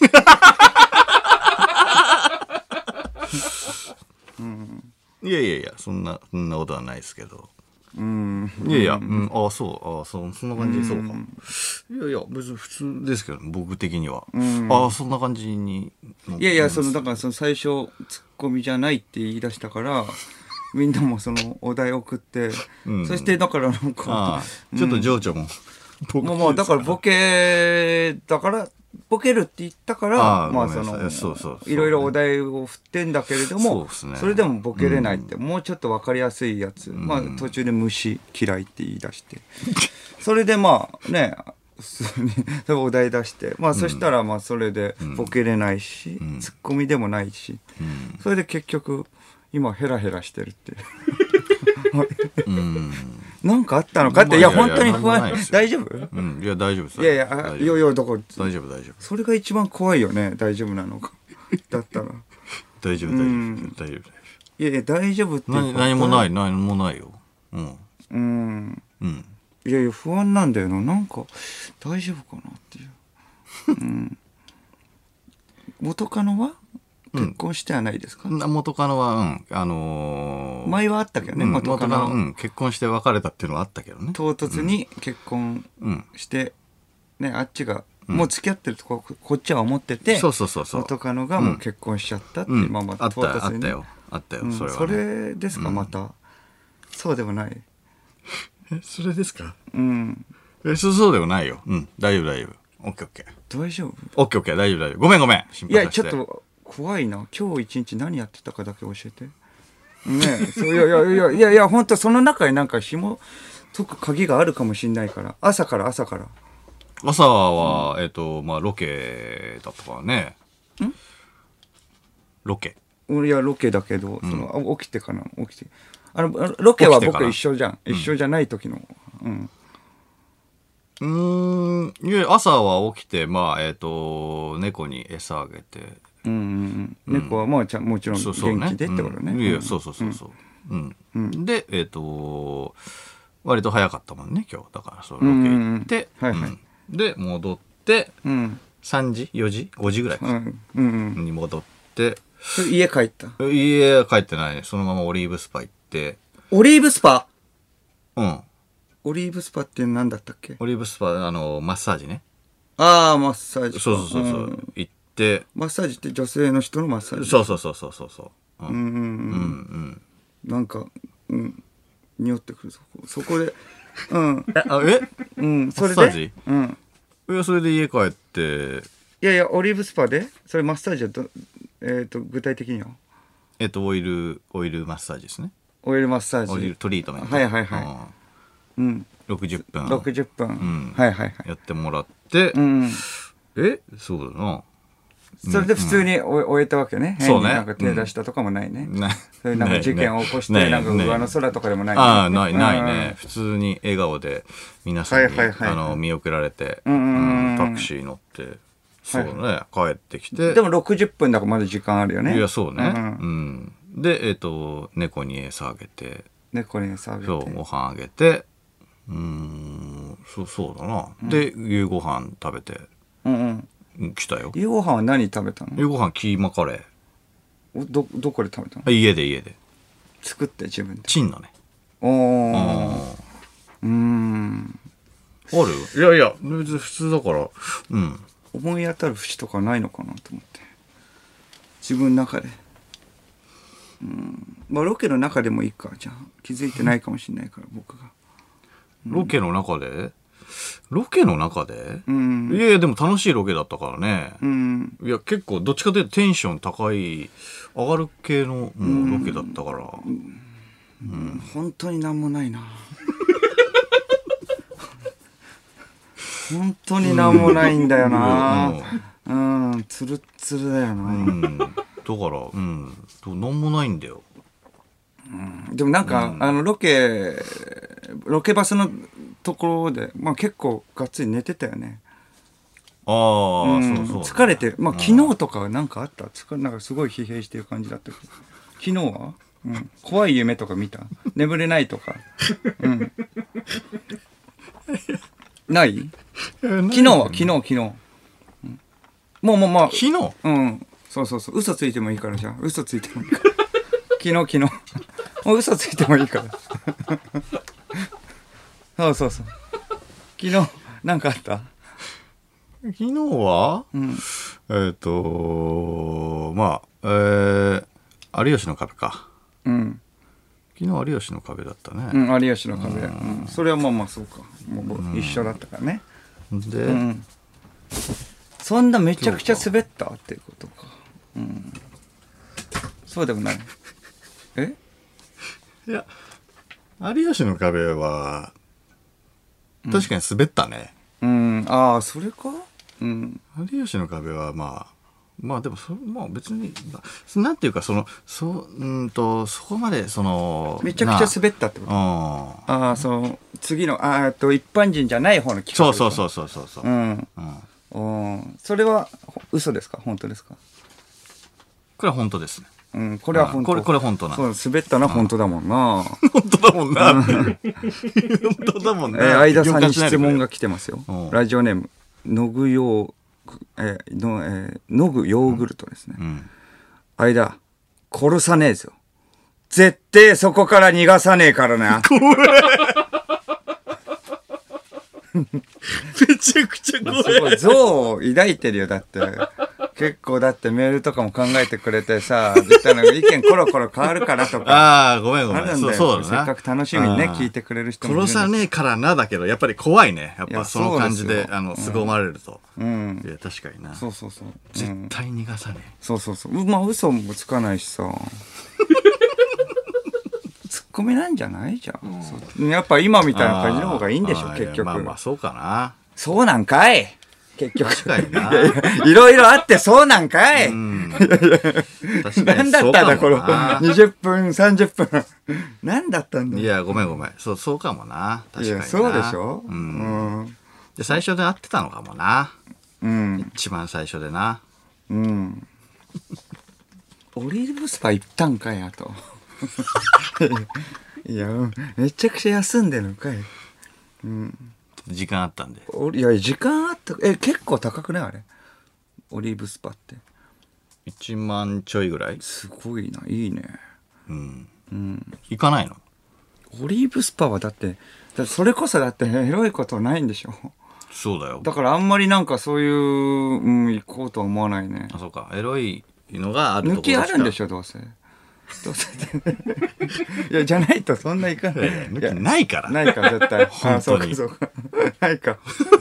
いや、そんなことはないですけど。いや、そんな感じ、そうかも。いや、別に普通ですけど、僕的には。そんな感じに。 いや、だから最初、ツッコミじゃないって言い出したから、みんなもそのお題送って、そしてだからなんか、 ちょっと情緒も。 まあだからボケるって言ったから、まあいろいろお題を振ってんだけれども、それでもボケれないって、もうちょっと分かりやすいやつ、まあ途中で虫嫌いって言い出して、それでまあね、お題出して、まあそしたらまあそれでボケれないし、ツッコミでもないし、それで結局今ヘラヘラしてるってなんかあったのかって、いや本当に不安。大丈夫？ いや大丈夫です。 いやだから大丈夫。 それが一番怖いよね。大丈夫なのかだったら。 大丈夫。 いや大丈夫って何もないよ。 いや不安なんだよな。なんか大丈夫かなっていう。元カノは結婚してはないですか？ 元カノは前はあったけどね。元カノ結婚して別れたっていうのはあったけどね。 唐突に結婚してね、あっちがもう付き合ってるとこっちは思ってて、元カノがもう結婚しちゃったっていう、まああったよそれは。 それですか？またそうでもない。 それですか？ そうでもないよ。大丈夫。オッケー。 大丈夫？ オッケー大丈夫。ごめん。 いやちょっと怖いな。今日一日何やってたかだけ教えて。いや本当その中になんか紐解く鍵があるかもしれないから。朝から。朝はまあロケだったからね。ロケ。 いやロケだけど、起きてロケは僕一緒じゃん。一緒じゃない時の。 いや朝は起きてまあ猫に餌あげて。 猫はまあもちろん元気でってことね。 いやそう。で割と早かったもんね今日。だからロケ行ってで戻って3時4時5時ぐらいに戻って。 家帰った？ 家帰ってないね。そのままオリーブスパ行って。 オリーブスパ？オリーブスパって何だったっけ？ オリーブスパマッサージね。 マッサージ。 そう行ってマッサージって女性の人のマッサージ。 そうなんか匂ってくる。そこでそれでマッサージ。いやそれで家帰って。 いやオリーブスパでそれマッサージは具体的にはオイルマッサージですね。 オイルマッサージ。 オイルトリートメント。60分やってもらって。そうだな。 それで普通に終えたわけね。 そうね。 なんか手出したとかもないね。そういうなんか事件を起こしてなんか上の空とかでもないね。 ないね。普通に笑顔で皆さんに見送られてタクシー乗ってそうね帰ってきて。 でも60分だからまだ時間あるよね。 いやそうね。で猫に餌あげて。そうご飯あげて。そうだな。で夕ご飯食べて。来たよ。 夕ご飯は何食べたの？ 夕ご飯キーマカレー。どこで食べたの？ 家で作って自分で。 チンのね。 ある？ いや別に普通だから。 思い当たる節とかないのかなと思って自分の中で。まあロケの中でもいいか。じゃあ気づいてないかもしれないから僕が。 ロケの中でいやいやでも楽しいロケだったからね。いや結構どっちかというとテンション高い上がる系のもうロケだったから。 本当になんもないな。本当になんもないんだよな。つるつるだよな。 だからなんもないんだよ。 でもなんか、ロケバスのところで、まあ、結構がっつり寝てたよね。 そう疲れて、まあ、昨日とかなんかあった？なんかすごい疲弊してる感じだったけど。昨日は、怖い夢とか見た？眠れないとか。ない？昨日は昨日。もうまあ。 昨日？ そう。嘘ついてもいいからじゃあ。嘘ついてもいいから。昨日。もう嘘ついてもいいから。そう。昨日、なんかあった？ 昨日はまあ、有吉の壁か。昨日有吉の壁だったね。 有吉の壁。それはまあそうか。もう一緒だったからね。 で、 そんなめちゃくちゃ滑ったっていうことか。そうでもない。 いや有吉の壁は確かに滑ったね。 ああそれか。 有吉の壁はまあでも別になんていうかそこまでめちゃくちゃ滑ったってこと。次の一般人じゃない方の企画。 そう。 それは嘘ですか本当ですか？ これは本当ですね。 これは本当。 これ本当な。 そう滑ったのは本当だもんな。 本当だもんな。本当だもんね。 相田さんに質問が来てますよ。ラジオネームノグヨーグルトですね。相田殺さねえぞ。絶対そこから逃がさねえからな。 めちゃくちゃ怖い。 像を抱いてるよ。だって結構だってメールとかも考えてくれてさ、絶対意見コロコロ変わるからとか。 ごめん。 あるんだよ。そうだな。せっかく楽しみにね聞いてくれる人もいる。 殺さねえからなだけどやっぱり怖いね。やっぱその感じですごまれると。いや確かにな。 そう。 絶対逃がさねえ。 そう。まあ嘘もつかないしさ。ツッコミなんじゃないじゃん。やっぱ今みたいな感じの方がいいんでしょ結局。 まあそうかな。 そうなんかい。結局確かにな。 いろいろあってそうなんかい。 何だったんだこの20分30分。何だったんだ。 いやごめん。そうかもな。確かにな。 そうでしょ。 で最初で会ってたのかもな。一番最初でな。 オリーブスパ行ったんかいあと。いやめちゃくちゃ休んでるのかい。 時間あったんで。 いや時間あった。結構高くないあれオリーブスパって。 1万ちょいぐらい。 すごいないいね。 行かないの？ オリーブスパはだってそれこそだってエロいことないんでしょ。 そうだよ。 だからあんまりなんかそういう行こうとは思わないね。 そうか。エロいのがあるところ。 抜きあるんでしょどうせ。いやじゃないとそんないかない。 抜きないから。 ないか絶対。 本当に。 そうか。ないか。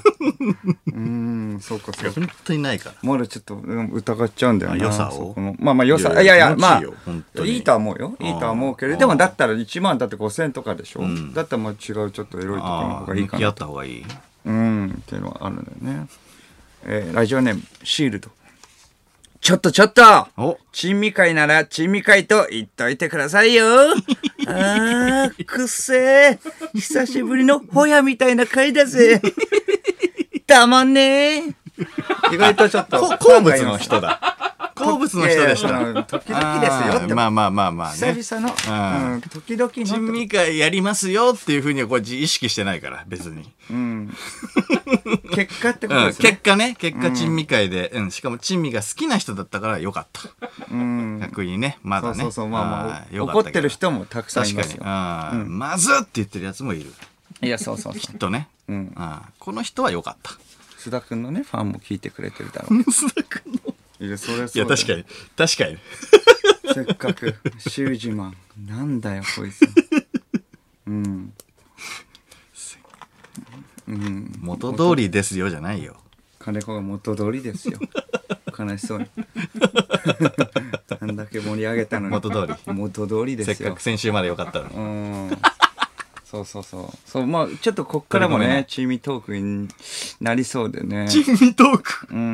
そうか。 本当にないから。 まだちょっと疑っちゃうんだよな。 良さを。 まあ良さ。いやまあいいとは思うよ。いいとは思うけど、でもだったら1万だって5000とかでしょ。だったらまあ違うちょっとエロいところの方がいいかな。 向き合った方がいい。 っていうのはあるんだよね。ラジオネームシールド。ちょっと珍味会なら珍味会と言っといてくださいよ。くっせー、久しぶりのホヤみたいな会だぜ。たまんねー。意外とちょっと好物の人だ。好物の人でした。 時々ですよって。 まあね。 久々の時々の珍味会やりますよっていうふうにはこれ意識してないから別に。 結果ってことですね。 結果珍味会で、しかも珍味が好きな人だったからよかった。逆にね、まだね。 そうまあ怒ってる人もたくさんいますよ。 まずって言ってるやつもいる。 いやそう。 きっとね。この人はよかった。 須田君のねファンも聞いてくれてるだろう。 須田君の。 いや、それいや、確かに。確かに。 せっかくシュージマンなんだよこいつ。うん。 うん。元通りですよじゃないよ。 金子が元通りですよ。悲しそうに。なんだけ盛り上げたのに。 元通り。 元通りですよ。 せっかく先週までよかったのに。 うん。そうそうそう。そう、まあちょっとこっからもね、チーミートークになりそうでね。 チーミートーク。 うん、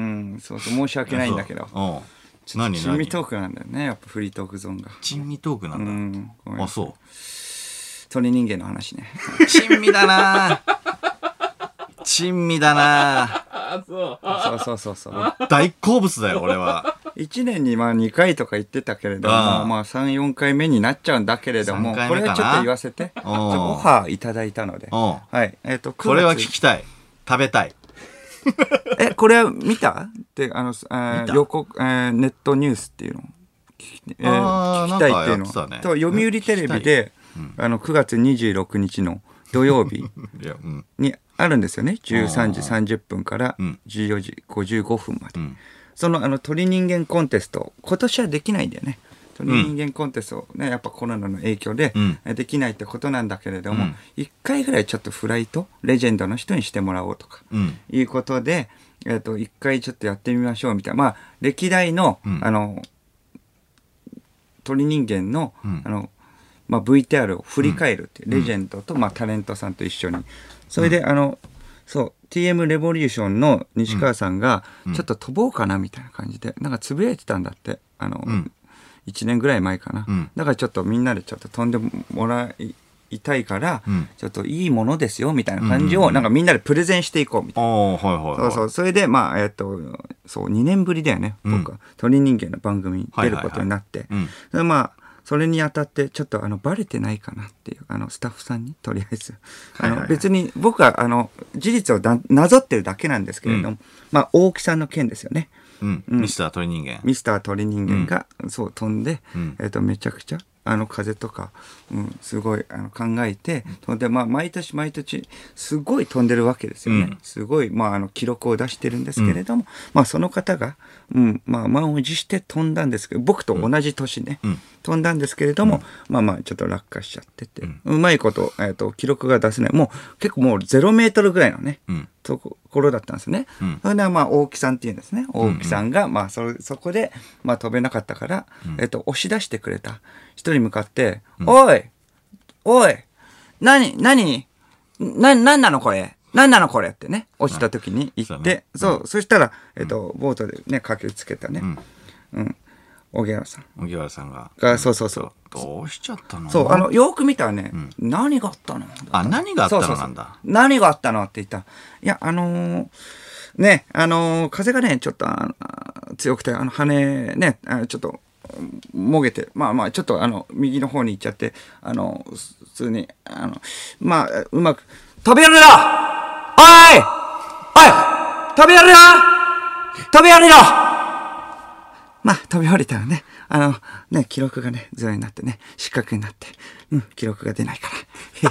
そうそう、申し訳ないんだけど。 何チーミートークなんだよね、やっぱフリートークゾーンが。 チーミートークなんだ。あ、そう。 鳥人間の話ね。 珍味だな。珍味だな。 そう大好物だよ俺は。 1年にまあ2回とか言ってたけれども、まあ3、4回目になっちゃうんだけれども、これはちょっと言わせて。オファーいただいたので。はい。 これは聞きたい。食べたい。 これは見たって、予告、ネットニュースっていうのを聞きたいっていうのと、読売テレビで、9月26日の土曜日にあるんですよね。13時30分から14時55分まで。その鳥人間コンテスト、今年はできないんだよね。鳥人間コンテストね、やっぱコロナの影響でできないってことなんだけれども、1回ぐらいちょっとフライト、レジェンドの人にしてもらおうとか、いうことで、1回ちょっとやってみましょうみたいな。まあ、歴代の、鳥人間の、まあ、VTR を振り返るっていう、レジェンドと、まあ、タレントさんと一緒に。それで、そう、TM レボリューションの西川さんが、ちょっと飛ぼうかなみたいな感じで、なんかつぶやいてたんだって。1年ぐらい前かな。だからちょっとみんなでちょっと飛んでもらいたいから、ちょっといいものですよみたいな感じを、なんかみんなでプレゼンしていこうみたいな。そうそう。それで、まあ、そう、2年ぶりだよね。僕は鳥人間の番組に出ることになって。まあ、それにあたってちょっとバレてないかなっていうスタッフさんにとりあえず別に僕は事実をなぞってるだけなんですけれども、まあ大木さんの件ですよね。 ミスター鳥人間。 ミスター鳥人間がそう飛んでめちゃくちゃ風とかすごい考えて飛んで、まあ毎年毎年すごい飛んでるわけですよね。すごいまあ記録を出してるんですけれども、まあその方がまあ満を持して飛んだんですけど、僕と同じ年ね飛んだんですけれども、まあまあちょっと落下しちゃってて、うまいこと記録が出せない、もう結構もう0メートルぐらいのねところだったんですね。それでまあ大木さんっていうんですね。大木さんがまあそこでまあ飛べなかったから押し出してくれた人に向かって「おいおい何なのこれ何なのこれ」ってね落ちた時に言って、そしたらボートでね駆けつけたね荻原さんがそうどうしちゃったの。 そうよく見たらね何があったの。 何があったのなんだ。 何があったのって言った。いやね風がねちょっと強くて羽ねちょっともげてまあちょっと右の方に行っちゃって普通にまあうまく飛び降りろおい飛び降りろ飛び降りろ。まあ飛び降りたらねね記録がねゼロになってね失格になって記録が出ないから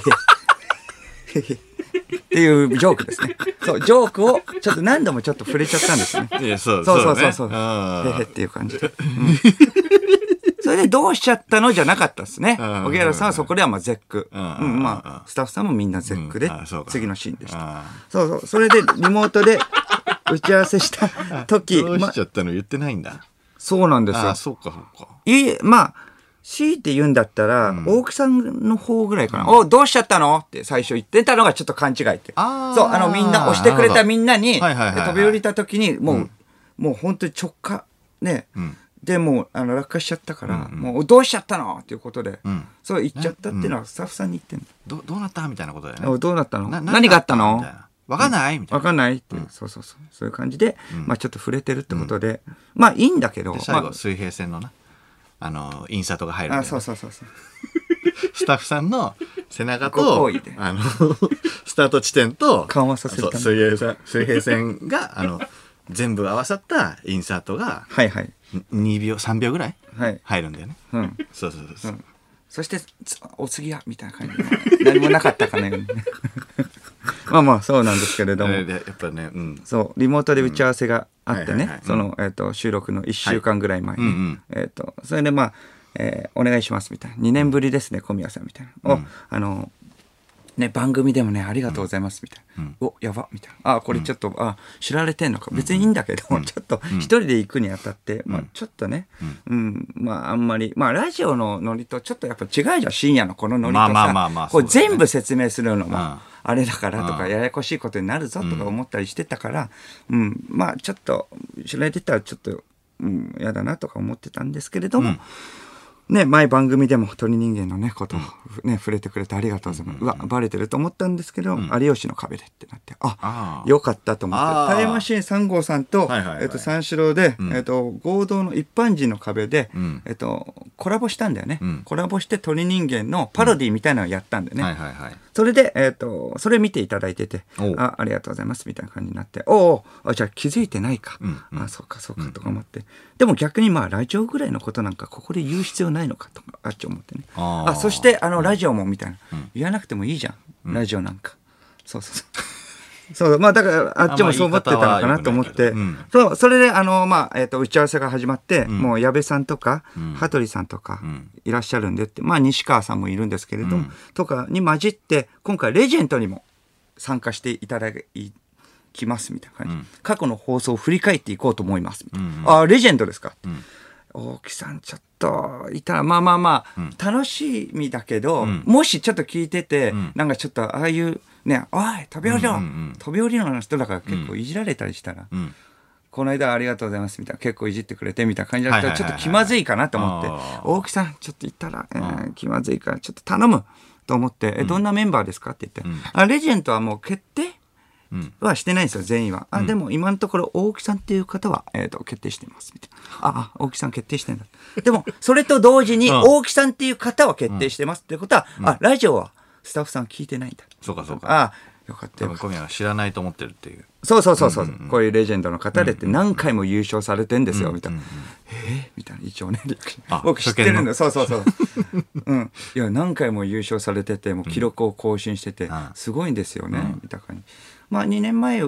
っていうジョークですね。そうジョークをちょっと何度もちょっと触れちゃったんですね。そうっていう感じで。それでどうしちゃったのじゃなかったですね。荻原さんはそこではまあ絶句。まあスタッフさんもみんな絶句で次のシーンでした。それでリモートで打ち合わせした時どうしちゃったの言ってないんだ。 そうなんですよ。 そうか。 まあ強いて言うんだったら大木さんの方ぐらいかな。おどうしちゃったのって最初言ってたのがちょっと勘違いって。そうみんな押してくれたみんなに飛び降りた時にもう本当に直下ね。でもう落下しちゃったからもうどうしちゃったのっていうことでそう言っちゃったっていうのはスタッフさんに言ってんの。どうなったみたいなことだよね。 どうなったの何があったのわかんないみたいな。 わかんないってそういう感じでまあちょっと触れてるってことでまあいいんだけど最後水平線のなインサートが入るんだよね。 そうスタッフさんの背中とスタート地点と緩和させるため水平線が全部合わさったインサートが2秒3秒ぐらい入るんだよね。 そしてお次はみたいな感じで何もなかったかのようにまあまあそうなんですけれども、 やっぱね、 そうリモートで打ち合わせがあってね、その収録の1週間ぐらい前に、それでまあ、お願いしますみたいな、2年ぶりですね小宮さんみたいな、ね、番組でもねありがとうございますみたいな、おやばみたいな、これちょっと、知られてんのか、別にいいんだけど、ちょっと一人で行くにあたって、まあ、ちょっとね、まああんまりまあラジオのノリとちょっとやっぱ違うじゃん、深夜のこのノリとさ、こう全部説明するのもあれだからとか、ややこしいことになるぞとか思ったりしてたから、まあちょっと知られてたらちょっと嫌だなとか思ってたんですけれども、ね、前番組でも鳥人間のねことをね、触れてくれてありがとうございます。うわバレてると思ったんですけど、有吉の壁でってなって、よかったと思って、タイムマシーン3号さんと三四郎で合同の一般人の壁でコラボしたんだよね。コラボして鳥人間のパロディみたいなのをやったんだよね。それでそれ見ていただいてて、ありがとうございますみたいな感じになって、じゃあ気づいてないか、そうかそうかとか思って、でも逆にまあラジオぐらいのことなんかここで言う必要ないのかとかあっち思ってね、そしてラジオもみたいな、言わなくてもいいじゃん、ラジオなんか、そうまあだからあっちもそう思ってたのかなと思って、それでまあ打ち合わせが始まって、もう矢部さんとか羽鳥さんとかいらっしゃるんでって、まあ西川さんもいるんですけれども、とかに混じって、今回レジェンドにも参加していただきますみたいな感じ、過去の放送を振り返っていこうと思いますみたいな、レジェンドですか、大木さんちょっといたらまあ楽しみだけど、もしちょっと聞いてて、なんかちょっとああいうね、おい飛び降りろ、飛び降りろの人だから結構いじられたりしたら、この間ありがとうございますみたいな、結構いじってくれてみたいな感じだったらちょっと気まずいかなと思って、大木さんちょっといたら気まずいからちょっと頼むと思って、どんなメンバーですかって言って、レジェンドはもう決定はしてないんですよ全員は。でも今のところ大木さんっていう方は決定してますみたいな。大木さん決定してんだ。でもそれと同時に大木さんっていう方は決定してますってことは、ラジオはスタッフさん聞いてないんだ。 そうかそうか。 よかったよ。 小宮は知らないと思ってるっていう。 そう、こういうレジェンドの方でって何回も優勝されてんですよみたいな。みたいな一応ね、僕知ってるんだ。そう。いや何回も優勝されてて、もう記録を更新しててすごいんですよねみたいな感じ。まあ2年前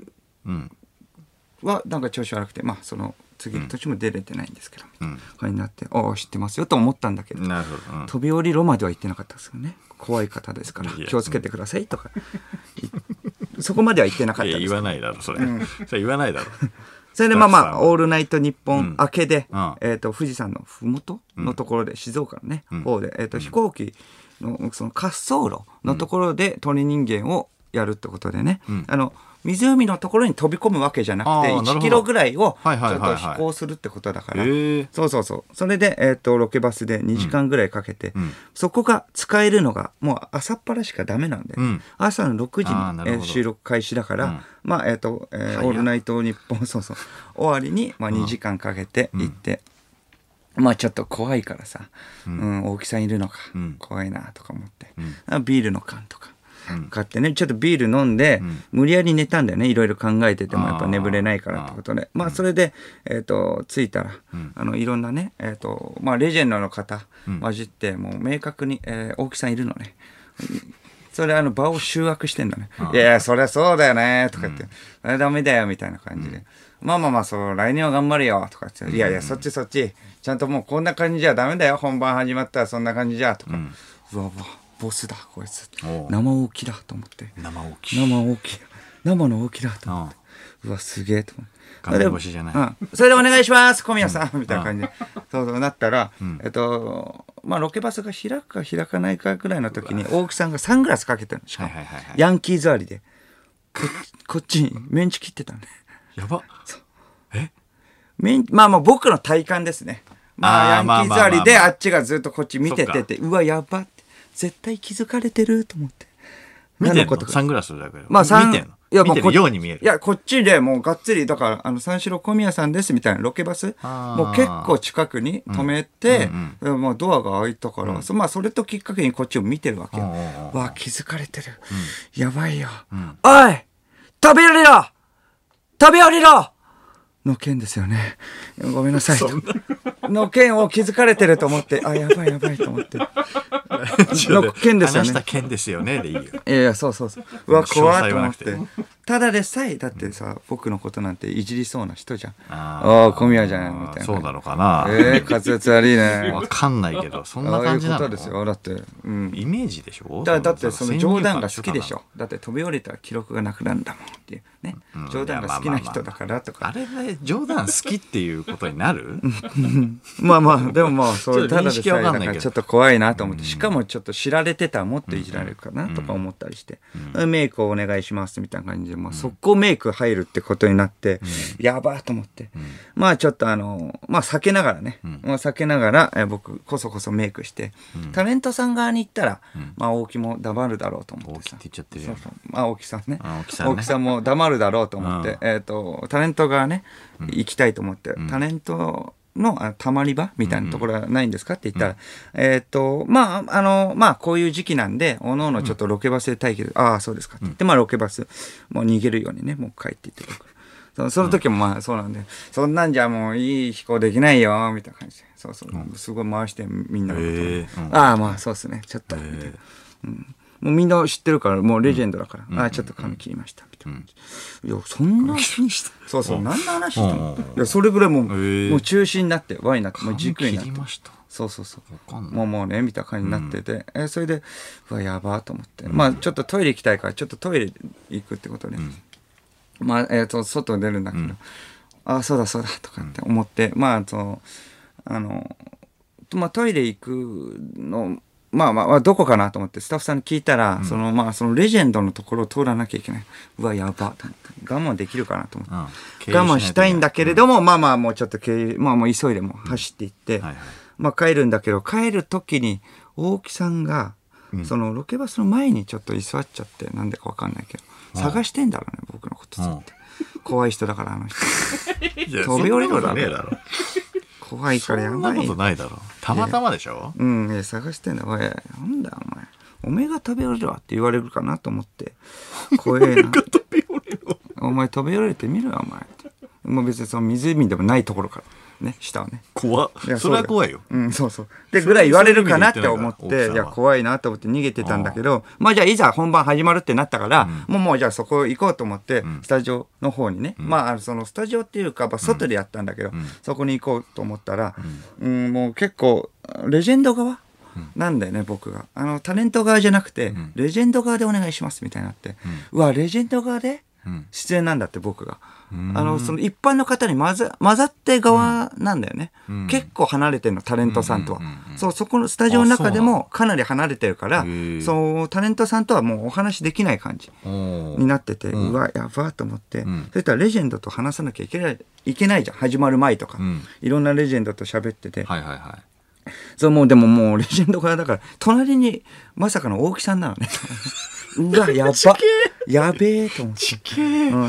はなんか調子悪くて、まあその次の年も出れてないんですけど、みたいな感じになって、知ってますよと思ったんだけど、飛び降りろまでは言ってなかったですよね。怖い方ですから気をつけてくださいとか、そこまでは言ってなかったです。 言わないだろそれ。それ言わないだろ。 それでまあオールナイトニッポン明けで富士山のふもとのところで、静岡のね方で飛行機のその滑走路のところで鳥人間をやるってことでね、湖のところに飛び込むわけじゃなくて1キロぐらいをちょっと飛行するってことだから、それでロケバスで2時間ぐらいかけて、そこが使えるのがもう朝っぱらしかダメなんで、朝の6時に収録開始だから、まあオールナイトニッポン終わりに2時間かけて行って、まあちょっと怖いからさ、大木さんいるのか怖いなとか思って、ビールの缶とか買ってね、ちょっとビール飲んで、無理やり寝たんだよね。いろいろ考えててもやっぱ眠れないからってことで、まあそれで着いたらいろんなねまあレジェンドの方混じって、もう明確に大木さんいるのね。それ場を集約してんだね。いやそりゃそうだよねとか言って、ダメだよみたいな感じで、まあそう来年は頑張れよとか言って、いやそっちちゃんともうこんな感じじゃダメだよ、本番始まったらそんな感じじゃとか、うわボスだこいつ、生大きだと思って、生の大きだと思って、うわすげえと思って、 画面越しじゃない、 それでお願いします小宮さんみたいな感じで、そうなったら、まあロケバスが開くか開かないかぐらいの時に大木さんがサングラスかけてるの、しかもヤンキー座りでこっちにメンチ切ってたね。 やば。 まあ僕の体感ですね。ヤンキー座りであっちがずっとこっち見てて、うわやばって、絶対気づかれてると思って。 見てんの？サングラスだけど。 まあ見てんの？見てるように見える。 いやこっちでもうがっつりだから三四郎小宮さんですみたいなロケバスもう結構近くに止めて、まあドアが開いたから、まあそれときっかけにこっちを見てるわけよ。わ気づかれてる。やばいよ。おい飛び降りろの件ですよね。ごめんなさいと。 の件を気づかれてると思って、あ、やばいやばいと思って。の件ですよね。 話した件ですよねでいいよ。 いやいや、そうそうそう。うわ、怖いと思って。ただでさえ、だってさ、僕のことなんていじりそうな人じゃん。ああ、小宮じゃん、みたいな。 そうなのかな。 滑舌悪いね。 わかんないけど、そんな感じなの。 ああいうことですよ。だって、 うん。イメージでしょ。 だってその冗談が好きでしょ。だって飛び降りたら記録がなくなるんだもんっていうね。冗談が好きな人だからとか。 あれで冗談好きっていうことになる？ まあまあ、でもまあ、そうただでさえだからちょっと怖いなと思って、しかもちょっと知られてたらもっといじられるかなとか思ったりして、メイクをお願いしますみたいな感じで、まあ速攻メイク入るってことになって、やばーと思って、まあちょっとまあ避けながらね、まあ避けながら、僕こそこそメイクして、タレントさん側に行ったら、まあ大木も黙るだろうと思ってさ。 大木って言っちゃってるよ。 まあ大木さんね。 大木さんも黙るだろうと思って、タレント側ね、行きたいと思って、タレントのたまり場みたいなところはないんですかって言ったら、まあこういう時期なんでおのおのちょっとロケバスで待機で、ああそうですかって言って、まあロケバスもう逃げるようにね、もう帰っていってその時もまあそうなんで、そんなんじゃもういい飛行できないよみたいな感じで、そうそうすごい回してみんなのこと、ああまあそうですねちょっとみたいな、もうみんな知ってるからもうレジェンドだから、ああちょっと髪切りましたみたいな感じ、いやそんなそうそう何の話したの、いやそれぐらいもう中心になって輪になってもう軸になってそうそうそうもうねみたいな感じになってて、それでうわやばーと思って、まあちょっとトイレ行きたいからちょっとトイレ行くってことで、まあ外に出るんだけど、あそうだそうだとかって思って、まあまあトイレ行くのまあどこかなと思ってスタッフさんに聞いたら、そのレジェンドのところを通らなきゃいけない。うわやばと思って我慢できるかなと思って、我慢したいんだけれども、まあもうちょっとまあもう急いでも走っていって、まあ帰るんだけど、帰る時に大木さんがそのロケバスの前にちょっと居座っちゃって、なんでかわかんないけど探してんだろうね僕のことって、怖い人だからあの人飛び降りるだろ怖いからやばい。 そんなことないだろ。たまたまでしょ。 探してんだ。おいなんだお前。おめえが飛び降りるわって言われるかなと思って。怖えな。お前が飛び降りるわ。お前飛び降りてみろよお前。もう別にその湖でもないところからね、下はね。 怖っ。それは怖いよ。 そうそう。でぐらい言われるかなって思って、いや怖いなと思って逃げてたんだけど、まあじゃあいざ本番始まるってなったから、もうじゃあそこ行こうと思って、スタジオの方にね、まあそのスタジオっていうか、外でやったんだけど、そこに行こうと思ったら、もう結構レジェンド側なんだよね僕が。タレント側じゃなくて、レジェンド側でお願いしますみたいになって、うわレジェンド側で出演なんだって僕が。その一般の方に混ざって側なんだよね、結構離れてるのタレントさんとは、そこのスタジオの中でもかなり離れてるから、そうタレントさんとはもうお話できない感じになってて、うわやばーと思って、そしたらレジェンドと話さなきゃいけないじゃん始まる前とか、いろんなレジェンドと喋ってて、そうでもレジェンド側だから隣にまさかの大木さんなのねうわやばやべえと思って、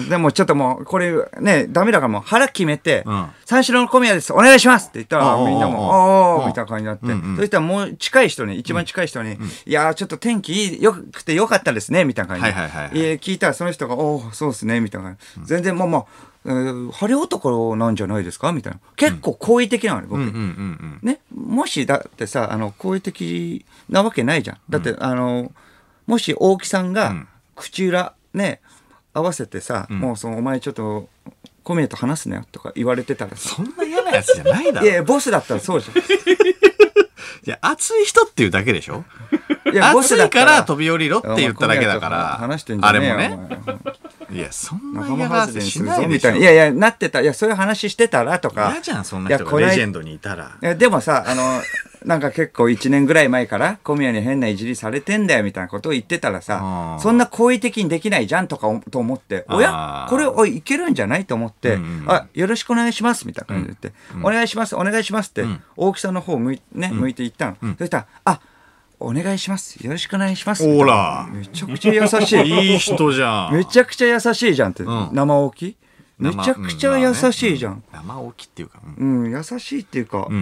でもちょっともうこれねダメだからもう腹決めて「三四郎の小宮ですお願いします」って言ったらみんなも「おー」みたいな感じになって、そしたらもう近い人に一番近い人に「いやちょっと天気よくてよかったですね」みたいな感じで聞いたら、その人が「おおそうですね」みたいな感じ、全然まあ晴れ男なんじゃないですかみたいな、結構好意的なのね僕、ね、もしだってさ好意的なわけないじゃん。だってもし大木さんが口裏ね合わせてさ、もうお前ちょっと小宮と話すなよとか言われてたらさ、 そんな嫌なやつじゃないだろ。 いやボスだったらそうじゃん。いや熱い人っていうだけでしょ。いや熱いから飛び降りろって言っただけだから。 話してんじゃねえよ、 あれもね。いやそんな仲間外れにするぞみたいな、いやなってた、いやそういう話してたらとか。 嫌じゃんそんな人がレジェンドにいたら。 いやでもさなんか結構1年ぐらい前から小宮に変ないじりされてんだよみたいなことを言ってたらさ、そんな好意的にできないじゃんと思って、おやこれいけるんじゃないと思って、よろしくお願いしますみたいな感じで言って、お願いしますお願いしますって大木さんの方向いて言ったの、そしたらお願いしますよろしくお願いしますほらめちゃくちゃ優しいいい人じゃん、 めちゃくちゃ優しいじゃんって、生大きめちゃくちゃ優しいじゃん、 生大きっていうか優しいっていうか、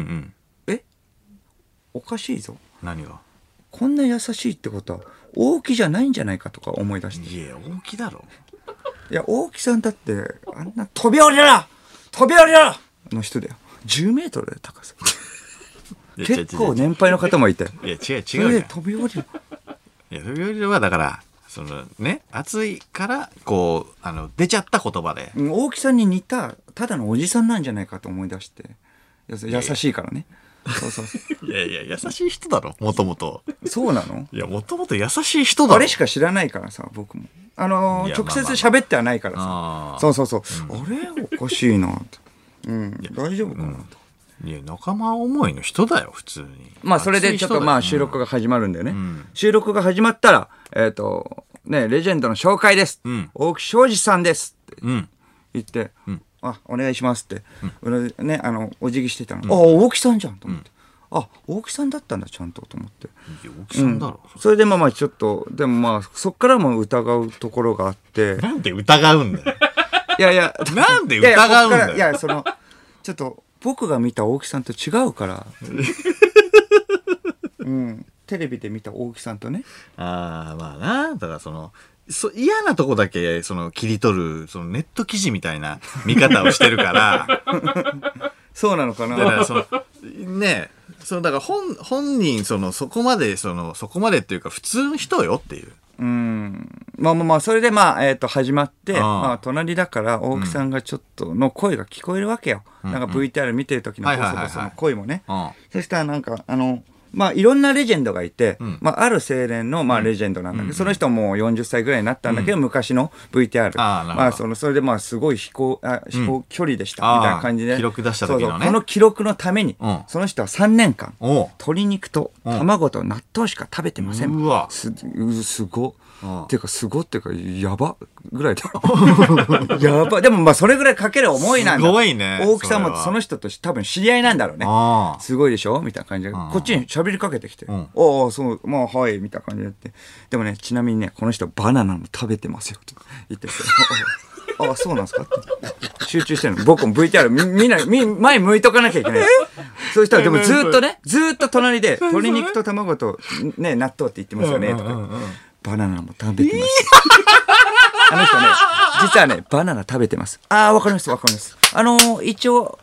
おかしいぞ。 何が？ こんな優しいってことは大木じゃないんじゃないかとか思い出して。 いや大木だろ。いや大木さんだってあんな飛び降りろの人だよ 10メートルで高さ。結構年配の方もいて。 いや、違う。 それで飛び降りる。 いや、飛び降りるはだから、そのね、暑いから、こう、出ちゃった言葉で。 大木さんに似た、ただのおじさんなんじゃないかと思い出して。優しいからね。そうそう。 いや、優しい人だろ、もともと。 そうなの？ いや、もともと優しい人だろ。 あれしか知らないからさ、僕も。直接喋ってはないからさ。そう。あれおかしいなって。大丈夫かなと。 いや、仲間思いの人だよ、普通に。 まあ、それでちょっと収録が始まるんだよね。収録が始まったら、レジェンドの紹介です。大木庄司さんです。って言って、お願いしますって、お辞儀してたの。大木さんじゃんと思って。大木さんだったんだ、ちゃんとと思って。 大木さんだろ。 それでちょっと、でもそっからも疑うところがあって。 なんで疑うんだよ。 いや、 なんで疑うんだよ。 いや、ちょっと、僕が見た大木さんと違うから。テレビで見た大木さんとね。 まあな。だから嫌なとこだけ切り取るネット記事みたいな見方をしてるからそうなのかな。 だからねだから本人そこまでっていうか普通の人よっていう。 それで始まって、隣だから大木さんがちょっとの声が聞こえるわけよ。なんか VTR 見てる時のその声もね。そしたらなんかいろんなレジェンドがいて、ある青年のレジェンドなんだけど、その人も40歳ぐらいになったんだけど、昔の VTR。それですごい飛行距離でしたみたいな感じで。 記録出した時のね。 この記録のために、その人は3年間、鶏肉と卵と納豆しか食べてません。すごっ。っていうかすごっていうかやばぐらいでやば。でもそれぐらいかける思いなんだ。 すごいね。 大木さんもその人と多分知り合いなんだろうね。すごいでしょみたいな感じでこっちに喋りかけてきて、そうはいみたいな感じでやって、でもね、ちなみにね、この人バナナも食べてますよって言っててそうなんですかって集中してるの。僕も VTR 前向いとかなきゃいけない。そうしたらでもずっと隣で鶏肉と卵とね納豆って言ってますよねとか。バナナも食べてます。あの人ね、実はね、バナナ食べてます。わかります。一応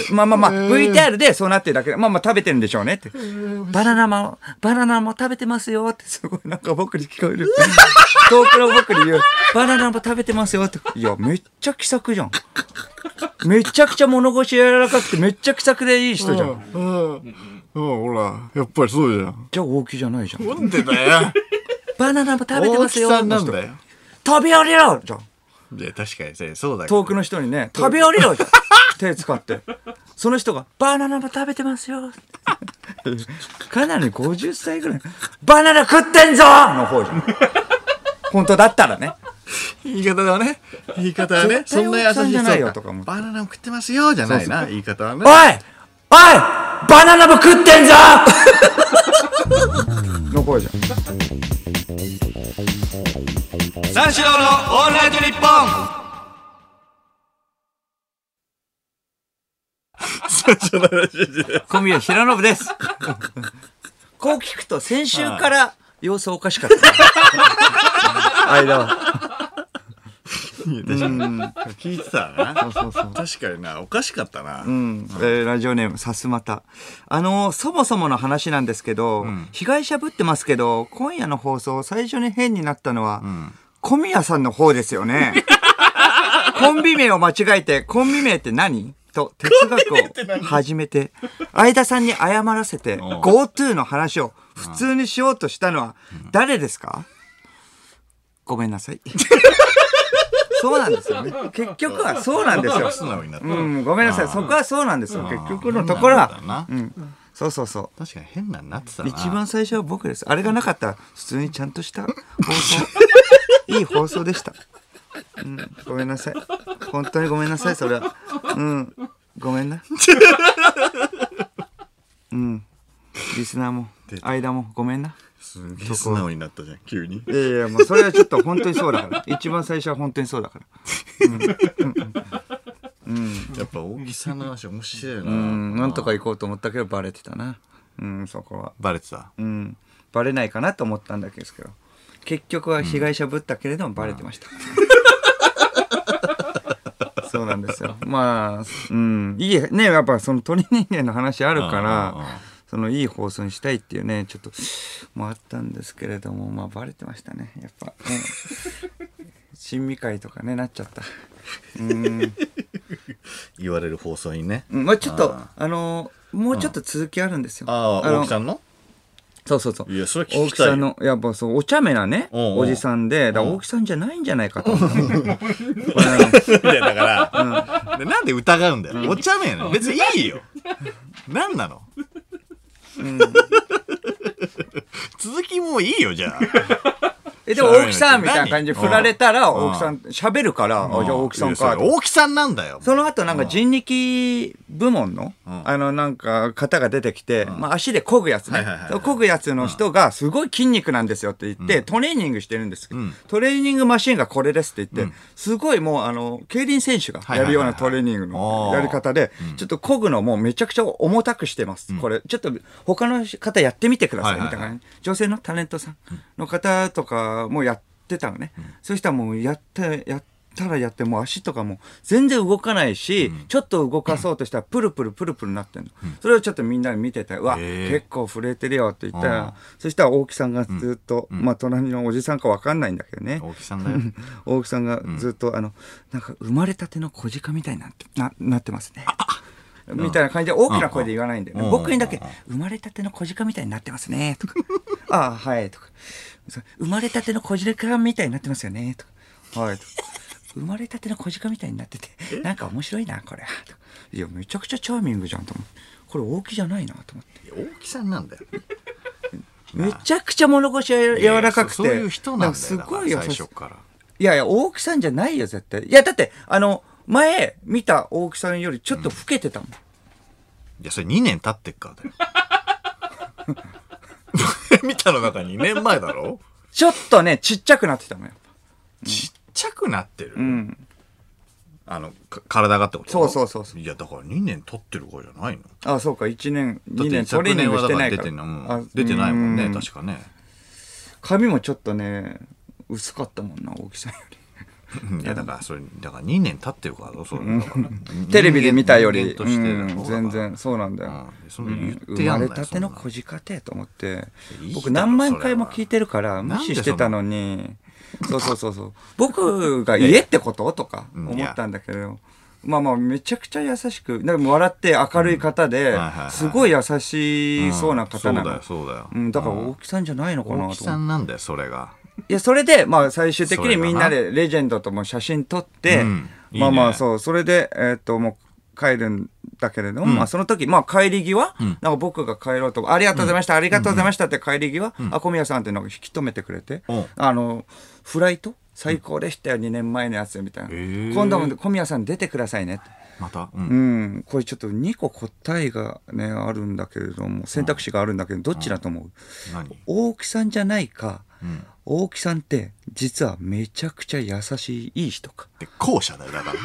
VTR でそうなってるだけで、食べてるんでしょうねって。バナナも食べてますよって、すごいなんか僕に聞こえる。遠くの僕に言う、バナナも食べてますよって。いや、めっちゃ気さくじゃん。めちゃくちゃ物腰柔らかくて、めっちゃ気さくでいい人じゃん。 ほら、やっぱりそうじゃん。 じゃあ大木じゃないじゃん。 なんでだよ。 バナナも食べてますよ。 大木さんなんだよ。 飛び降りろじゃん。 いや、確かにそうだけど。 遠くの人にね、飛び降りろじゃん。手使って。その人が、バナナも食べてますよ。かなり50歳ぐらい。バナナ食ってんぞの方じゃん。本当だったらね。 言い方はね。そんな優しいじゃないよとか思って。 バナナも食ってますよじゃないな。言い方はね。 おいバナナも食ってんぞの方じゃん。 三四郎のオールナイトニッポン。 コンビの平信です。こう聞くと先週から様子おかしかった間は。 聞いてたな。確かにな、おかしかったな。 ラジオネームさすまた。そもそもの話なんですけど、被害者ぶってますけど、今夜の放送最初に変になったのは、小宮さんの方ですよね。コンビ名を間違えて、コンビ名って何と哲学を始めて、相田さんに謝らせて、GoTo の話を普通にしようとしたのは誰ですか？ごめんなさい。そうなんですよね。結局はそうなんですよ。ごめんなさい。そこはそうなんですよ。結局のところは。そう。 確かに変なになってたな。 一番最初は僕です。あれがなかったら普通にちゃんとした放送。いい放送でした。ごめんなさい。本当にごめんなさい、それは。ごめんな。リスナーも、間もごめんな。 すげえ素直になったじゃん、急に。 いやもうそれはちょっと本当にそうだから。一番最初は本当にそうだから。 やっぱ大木さんの話面白いな。 なんとか行こうと思ったけどバレてたな。そこは。 バレてた。 バレないかなと思ったんだけど、結局は被害者ぶったけれどもバレてました。 そうなんですよ。まあ、うん、いいね、やっぱその鳥人間の話あるから、そのいい放送にしたいっていうね、ちょっともあったんですけれども、まあバレてましたね、やっぱ、ね、珍味会とかねなっちゃった。 言われる放送にね。 まあちょっともうちょっと続きあるんですよ。 大木さんの。 そうそうそう。 いや、それ聞きたい。 大木さんの、やっぱそう、お茶目なね、おじさんで、だ大木さんじゃないんじゃないかと。いや、 だから、なんで疑うんだよ。お茶目やね別にいいよ。なんなの続きもういいよ、じゃあ。 でも大木さんみたいな感じで振られたら、大木さん喋るから、じゃあ大木さんか。 大木さんなんだよ。 その後なんか人力部門の、なんか方が出てきて、まあ足で漕ぐやつね。漕ぐやつの人がすごい筋肉なんですよって言って、トレーニングしてるんですけど、トレーニングマシンがこれですって言って、すごいもう競輪選手がやるようなトレーニングのやり方で、ちょっと漕ぐのもめちゃくちゃ重たくしてます。これ、ちょっと他の方やってみてくださいみたいな。女性のタレントさんの方とかもやってたのね。そしたらもうやったらやってもう足とかも全然動かないし、ちょっと動かそうとしたらプルプルプルプルなってんの。それをちょっとみんなで見てて、うわ、結構震えてるよって言ったら、そしたら大木さんがずっと、まあ隣のおじさんかわかんないんだけどね。 大木さんだよ。 大木さんがずっとなんか生まれたての小鹿みたいになってますね。みたいな感じで大きな声で言わないんだよね。僕にだけ生まれたての小鹿みたいになってますねとか、ああはいとか、生まれたての小鹿みたいになってますよねとか、はいとか、生まれたての小鹿みたいになっててなんか面白いなこれ。いやめちゃくちゃチャーミングじゃんと思って、これ大木じゃないなと思って。 大木さんなんだよ。 めちゃくちゃ物腰は柔らかくて、 そういう人なんだよ。 すごいよ最初から。 いやいや大木さんじゃないよ絶対。いやだって前見た大木さんよりちょっと老けてたもん。いやそれ2年経ってっからだよ。見たの中2年前だろ。 ちょっとねちっちゃくなってたもんやっぱ。 ちっちゃくなってる。体がってこと。 そういやだから2年経ってるからじゃないの。 あそうか1年2年トレーニングしてないから。 出てないもんね確かね。 髪もちょっとね薄かったもんな大木さんより。 いやだからそれだから2年経ってるからそれテレビで見たより全然そうなんだよ。 生まれたての小鹿てと思って僕何万回も聞いてるから無視してたのに、そう僕が家ってこととか思ったんだけど、まあめちゃくちゃ優しくでも笑って明るい方ですごい優しそうな方なの。 そうだよ。 だから大木さんじゃないのかなと。 大木さんなんだよそれが。 いやそれでまあ最終的にみんなでレジェンドとも写真撮ってそうそれでもう帰るんだけれども、まあその時まあ帰り際なんか僕が帰ろうとありがとうございましたありがとうございましたって帰り際小宮さんってなんか引き止めてくれてフライト最高でしたよ2年前のやつみたいな今度も小宮さん出てくださいねって。 またこれちょっと2個答えがねあるんだけれども選択肢があるんだけどどっちだと思う？大木さんじゃないか大木さんって実はめちゃくちゃ優しいいい人か。 後者だよだから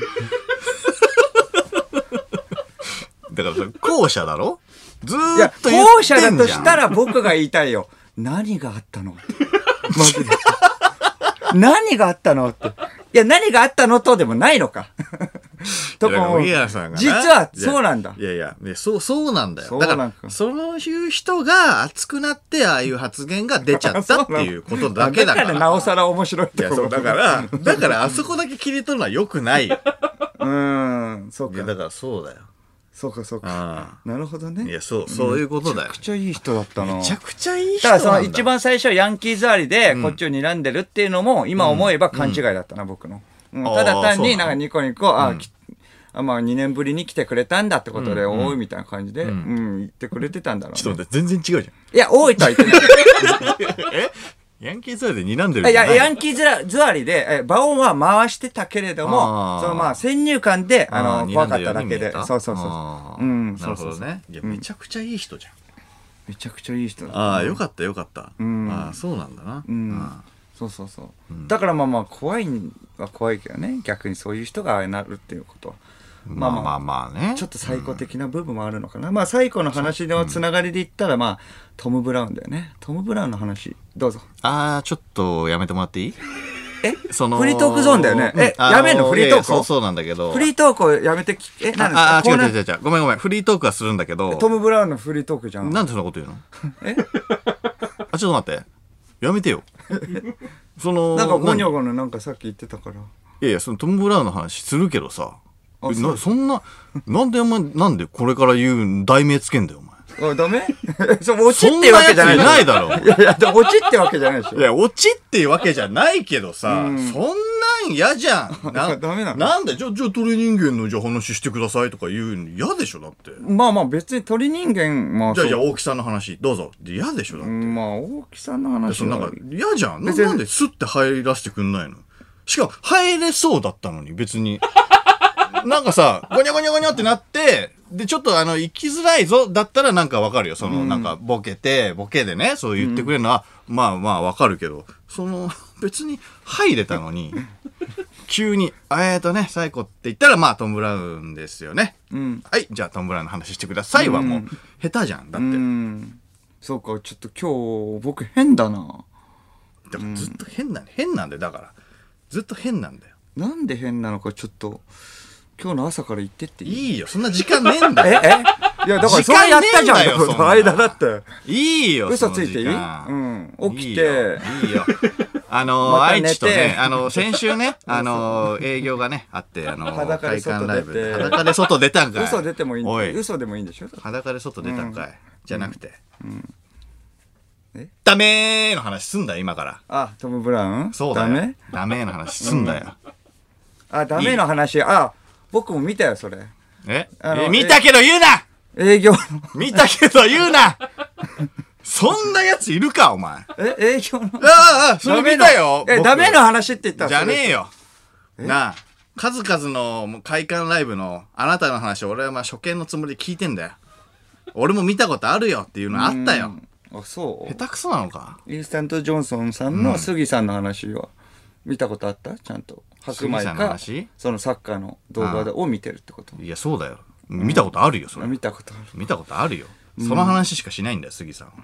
だからそれ後者だろ。ずーっと言ってんじゃん。 後者だとしたら僕が言いたいよ。何があったのってマジで何があったのって。いや何があったのとでもないのかとかも実はそうなんだ。 いやそうなんだよ。だからそういう人が熱くなってああいう発言が出ちゃったっていうことだけだから。 だからなおさら面白いってこと。 だからあそこだけ切り取るのは良くないよ。 そうか。 だからそうだよ。 そうかなるほどね。 いやそういうことだよ。 めちゃくちゃいい人だったな。 めちゃくちゃいい人なんだ。 だからその一番最初ヤンキー座りでこっちを睨んでるっていうのも今思えば勘違いだったな僕の。ただ単になんかニコニコまあ2年ぶりに来てくれたんだってことで多いみたいな感じで言ってくれてたんだろうね。 ちょっと待って全然違うじゃん。 いや多いとは言ってないヤンキー座りで睨んでる。 いやヤンキー座りで場をは回してたけれどもそのまあ先入観で怖かっただけで。そうなるほどね。いやめちゃくちゃいい人じゃん。 めちゃくちゃいい人だ。 ああよかったああそうなんだな。 そうだからまあ怖いは怖いけどね逆にそういう人がなるっていうことはまあねちょっと最高的な部分もあるのかな。まあ最後の話のつながりで言ったらまあトム・ブラウンだよね。トム・ブラウンの話どうぞ。 ちょっとやめてもらっていい？ そのフリートークゾーンだよね。やめんのフリートークそうなんだけど。 フリートークをやめて何ですか？ 違う。ごめん。フリートークはするんだけど。 トム・ブラウンのフリートークじゃん。 なんでそんなこと言うの？ちょっと待って。やめてよ。 なんかゴニョゴニョなんかさっき言ってたから。 いや、そのトム・ブラウンの話するけどさ。そんな、なんでこれから言う題名つけんだよ、お前。 ダメ？オチってわけじゃない。 そんなやついないだろ。 いや、オチってわけじゃないでしょ。 いや、オチっていうわけじゃないけどさ、そんなん嫌じゃん。 ダメなの？ なんで、じゃあ鳥人間の話してくださいとか言うの嫌でしょ、だって。 まあ別に鳥人間、 じゃあ大木さんの話、どうぞ。嫌でしょ、だって。 大木さんの話は。 なんか嫌じゃん。なんでスッて入らせてくんないの？しかも入れそうだったのに、別に。なんかさ、ゴニョゴニョゴニョってなって、で、ちょっと行きづらいぞ、だったらなんかわかるよ。なんかボケでね、そう言ってくれるのは、まあわかるけど、別に入れたのに、急に、サイコって言ったら、トム・ブラウンですよね。はい、じゃあトム・ブラウンの話してくださいはもう、下手じゃん、だって。 そうか、ちょっと今日、僕変だな。 でもずっと変なんだよ、だから。ずっと変なんだよ。 なんで変なのか、ちょっと。今日の朝から言ってっていいよ、そんな時間ねえんだよ。 いや、だからそれやったじゃんよ、その間だって。 いいよ、 嘘ついていい？起きて。 いいよ。愛知とね、先週ね、営業がね、あって、 裸で外出て。 裸で外出たんかい。 嘘出てもいいんだよ。嘘でもいいんでしょ？ 裸で外出たんかい。じゃなくて。ダメーの話すんだよ、今から。 トム・ブラウン？ そうだよ。ダメーの話すんだよ。 ダメの話。僕も見たよ、それ。 見たけど言うな！ 営業。 見たけど言うな！そんなやついるか、お前。 営業の。 それ見たよ。 ダメの話って言ったら。 じゃねえよ。なあ、数々の会館ライブのあなたの話、俺は初見のつもりで聞いてんだよ。俺も見たことあるよっていうのあったよ。 そう？ 下手くそなのか？ インスタントジョンソンさんの杉さんの話は見たことあった？ちゃんと。白米かそのサッカーの動画を見てるってこと？ いや、そうだよ。見たことあるよ、それ。 見たことあるよ。その話しかしないんだよ、杉さんは。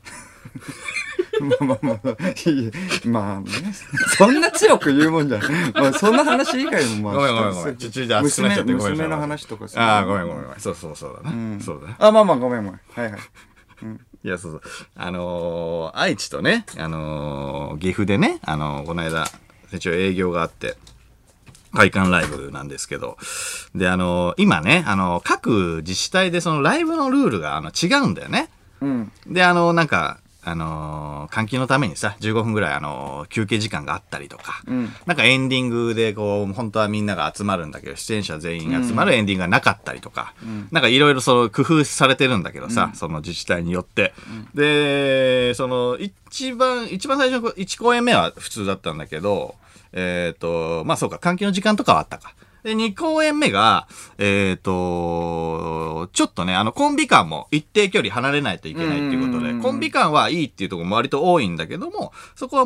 まあね、そんな強く言うもんじゃない。そんな話以外もごめん。 娘の話とかさ。ごめん。そうだな。そうだ。 ごめん。はい。 いや、そう。愛知とね、岐阜でね、この間、一応営業があって、会館ライブなんですけど、で、今ね、各自治体でそのライブのルールが違うんだよね。で、なんか、換気のためにさ、15分ぐらい休憩時間があったりとか、なんかエンディングでこう、本当はみんなが集まるんだけど、出演者全員集まるエンディングがなかったりとか、なんかいろいろ工夫されてるんだけどさ、その自治体によって。で、一番最初の1公演目は普通だったんだけど、まあそうか、換気の時間とかはあったか。で、2公演目が、ちょっとね、コンビ間も一定距離離れないといけないっていうことで、コンビ間はいいっていうところも割と多いんだけども、そこは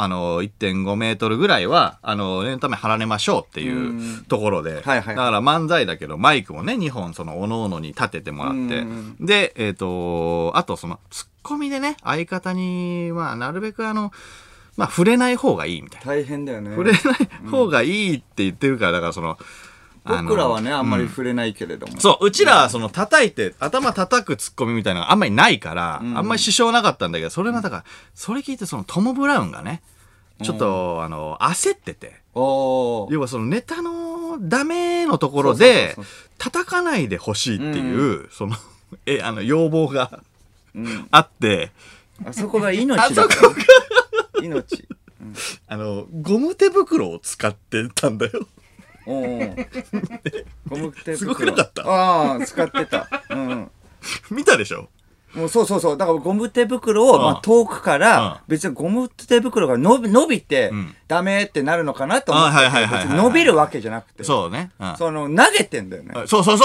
1.5 メートルぐらいは、念のため離れましょうっていうところで、だから漫才だけど、マイクもね、2本、各々に立ててもらって、で、あとツッコミでね、相方に、なるべく触れない方がいいみたいな。 大変だよね。 触れない方がいいって言ってるから、だから僕らはね、あんまり触れないけれども。 そう、うちらは叩いて、頭叩くツッコミみたいなのがあんまりないから、あんまり支障なかったんだけど、それはだから、それ聞いてトム・ブラウンがね、ちょっと、焦ってて。要はネタのダメのところで、叩かないでほしいっていう、要望があって、 あそこが命だから。命。 ゴム手袋を使ってたんだよ。 ゴム手袋。 すごくなかった？ 使ってた。 見たでしょ？ もうそう。だからゴム手袋を、遠くから、別にゴム手袋が伸びて、ダメってなるのかなと思ったけど、別に伸びるわけじゃなくて。 そうね。 投げてんだよね。 そう。投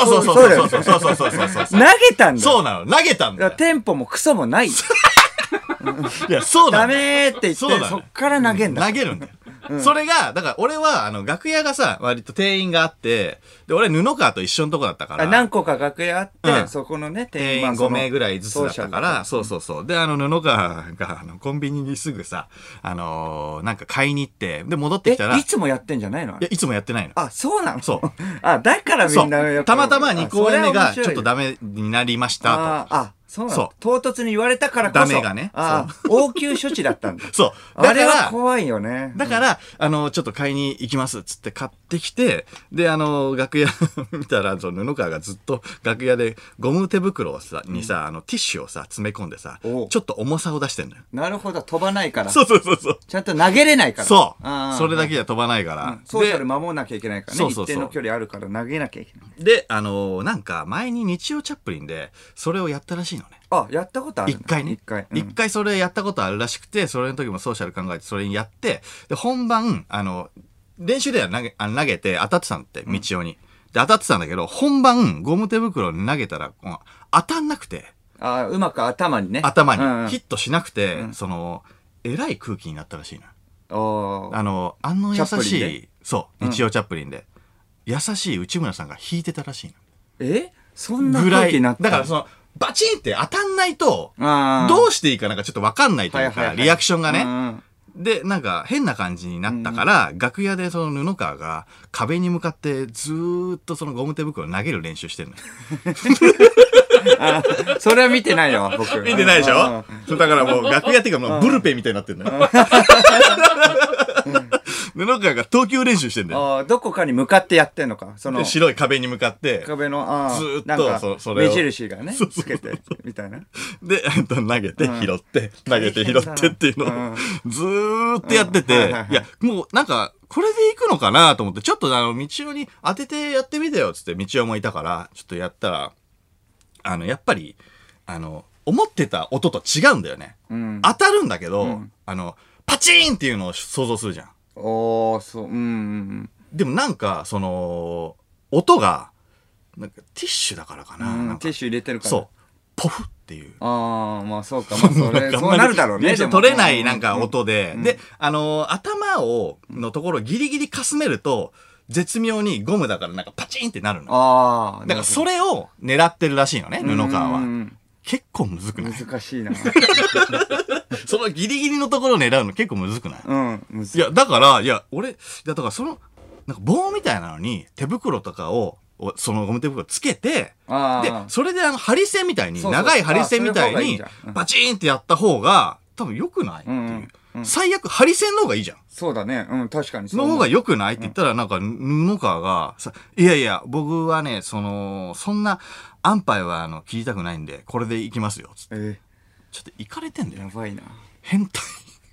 げたんだよ。 そうなの。投げたんだよ。 テンポもクソもない。 いや、そうだ。 ダメーって言って、そっから投げんだ。 投げるんだよ。 それが、だから俺は、楽屋がさ、割と定員があって、で、俺、布川と一緒のとこだったから。 何個か楽屋あって、そこのね、 定員5名ぐらいずつだったから、そうそうそう。で、布川が、コンビニにすぐさ、なんか買いに行って、で、戻ってきたら。 いつもやってんじゃないの？ いや、いつもやってないの。 あ、そうなの？ そう。 だからみんなやっぱたまたま2公演目がちょっとダメになりましたと。 そうなの？唐突に言われたからこそ。 ダメがね。 応急処置だったんだ。 そう。 あれは怖いよね。 だから、ちょっと買いに行きますっつって買ってきて、で、楽屋見たら、布川がずっと楽屋でゴム手袋にさ、ティッシュをさ、詰め込んでさ、ちょっと重さを出してんのよ。 なるほど、飛ばないから。 そうそうそうそう。 ちゃんと投げれないから。 そう。それだけじゃ飛ばないから。 ソーシャル守んなきゃいけないからね。一定の距離あるから投げなきゃいけない。 で、なんか前に日曜チャップリンで、それをやったらしいのね。 やったことある。 一回ね。一回それやったことあるらしくて、それの時もソーシャル考えてそれにやって、で、本番、練習では投げて当たってたんだって、道夫に。で、当たってたんだけど、本番、ゴム手袋に投げたら、当たんなくて。 うまく頭にね。 頭に。ヒットしなくて、えらい空気になったらしいの。 優しい、そう、日曜チャップリンで、優しい内村さんが弾いてたらしいの。 そんな空気になった？ だからバチンって当たんないと、どうしていいかなんかちょっとわかんないというか、リアクションがね。で、なんか変な感じになったから、楽屋でその布川が壁に向かってずーっとそのゴム手袋を投げる練習してんのよ。 それは見てないよ、僕。 見てないでしょ？だからもう楽屋っていうかもうブルペンみたいになってんのよ。布川が投球練習してんだよ。 どこかに向かってやってんのか。 白い壁に向かって。 壁の、 ずーっとそれを。 目印がね、つけて、みたいな。 で、投げて拾って、投げて拾ってっていうのを、ずーっとやってて、いや、もうなんか、これでいくのかなと思って、ちょっと道夫に当ててやってみてよ、つって道夫もいたから、ちょっとやったら、やっぱり、思ってた音と違うんだよね。当たるんだけど、パチーンっていうのを想像するじゃん。 そう。 でもなんか、音が、なんかティッシュだからかな。 ティッシュ入れてるから。 そう。ポフっていう。 まあそうか。まあそうなるだろうね。 取れないなんか音で。で、頭のところギリギリかすめると、絶妙にゴムだからなんかパチンってなるの。だからそれを狙ってるらしいのね、布川は。結構むずくない？ 難しいな。 そのギリギリのところを狙うの結構むずくない？ むずい。いや、だから、だからなんか棒みたいなのに手袋とかを、そのゴム手袋つけて、で、それで針線みたいに、長い針線みたいに、バチーンってやった方が、多分良くないっていう。最悪、針線の方がいいじゃん。 そうだね。確かにそう。の方が良くないって言ったら、なんか、布川がさ、いやいや、僕はね、そんな、安牌は切りたくないんで、これでいきますよ。つって。ちょっとイカれてんだよ。 やばいな。 変態。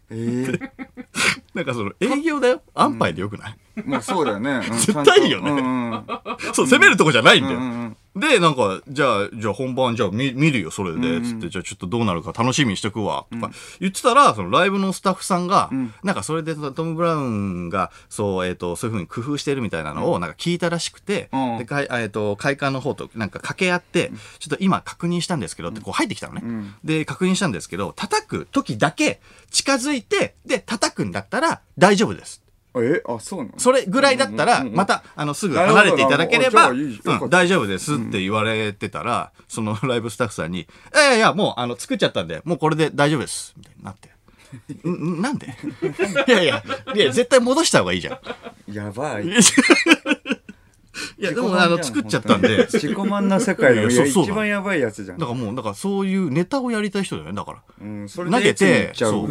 なんか営業だよ。安牌でよくない？ まあそうだよね。 絶対いいよね。そう、攻めるとこじゃないんだよ。で、なんか、じゃあ本番、見るよ、それで。つって、じゃあちょっとどうなるか楽しみにしとくわ。とか言ってたら、ライブのスタッフさんが、なんかそれでトム・ブラウンが、そういう風に工夫してるみたいなのを、なんか聞いたらしくて、で、会館の方となんか掛け合って、ちょっと今確認したんですけどって、こう入ってきたのね。で、確認したんですけど、叩く時だけ近づいて、で、叩くんだったら大丈夫です。 そうなの？ それぐらいだったら、また、すぐ離れていただければ、大丈夫ですって言われてたら、そのライブスタッフさんに、いや、もう、作っちゃったんで、もうこれで大丈夫です。みたいになって。なんで？いや、絶対戻した方がいいじゃん。 やばい。 いや、でも、作っちゃったんで。 自己満な世界の一番やばいやつじゃん。 だからそういうネタをやりたい人だよね、だから。 それで投げて、そう。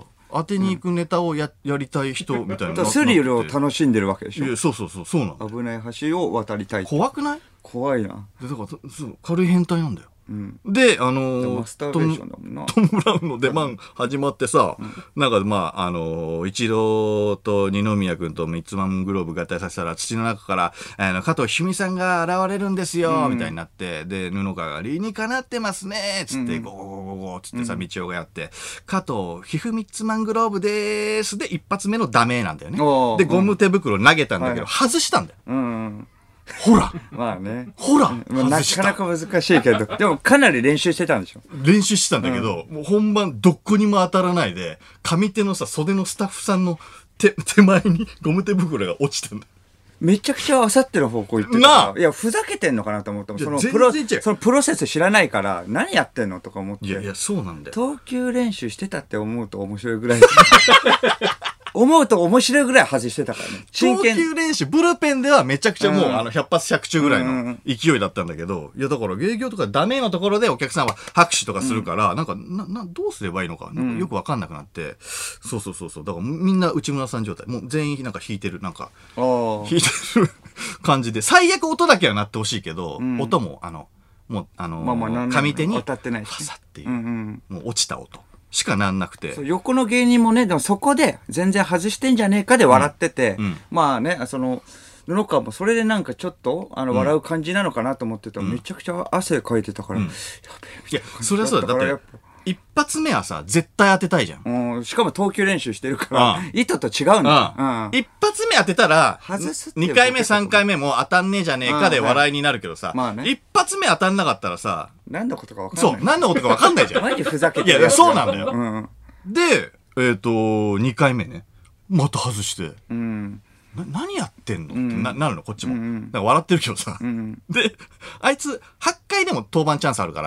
当てに行くネタをやりたい人みたいな。 スリルを楽しんでるわけでしょ。 いや、そうなの。 危ない橋を渡りたい。 怖くない？ 怖いな。 だから軽い変態なんだよ。で、 マスターベーションだもんな。 トム・ブラウンの出番始まってさ、なんか一郎と二宮君とミッツマングローブ合体させたら土の中から加藤一二三さんが現れるんですよ、みたいになって、で、布川が理にかなってますね、つって、ゴーゴーゴーゴーつってさ、道夫がやって、加藤一二ミッツマングローブでーすで一発目のダメなんだよね。で、ゴム手袋投げたんだけど、外したんだよ。ほらまあね。 ほらなかなか難しいけど。でもかなり練習してたんでしょ？ 練習してたんだけど、もう本番どこにも当たらないで、上手のさ、袖のスタッフさんの手前にゴム手袋が落ちてんだ。 めちゃくちゃあさっての方向行ってたから、いや、ふざけてんのかなと思っても、そのプロセス知らないから、何やってんのとか思って。 いやいや、そうなんだよ。 投球練習してたって思うと面白いぐらい。思うと面白いぐらい外してたからね。 投球練習、ブルペンではめちゃくちゃもう、100発100中ぐらいの勢いだったんだけど、いや、だから芸業とかダメのところでお客さんは拍手とかするから、なんか、どうすればいいのか、よくわかんなくなって、そう。だからみんな内村さん状態。もう全員なんか弾いてる、弾いてる感じで、最悪音だけは鳴ってほしいけど、音も、もう、上手に、ファサっていう、もう落ちた音。しかなんなくて。 横の芸人もね、でもそこで全然外してんじゃねえかで笑ってて、まあね、布川もそれでなんかちょっと、笑う感じなのかなと思ってたら、めちゃくちゃ汗かいてたから、やべえ、いや、それはそうだ。だって、一発目はさ、絶対当てたいじゃん。 しかも投球練習してるから、意図と違うんだ。 一発目当てたら、2回目、3回目も当たんねえじゃねえかで笑いになるけどさ、一発目当たんなかったらさ、 何のことか分かんない。 そう、何のことか分かんないじゃん。 マジふざけてる。 いや、そうなんだよ。で、2回目ね、また外して、何やってんのってなるの、こっちも。だから笑ってるけどさ。で、あいつ、8回でも登板チャンスあるから。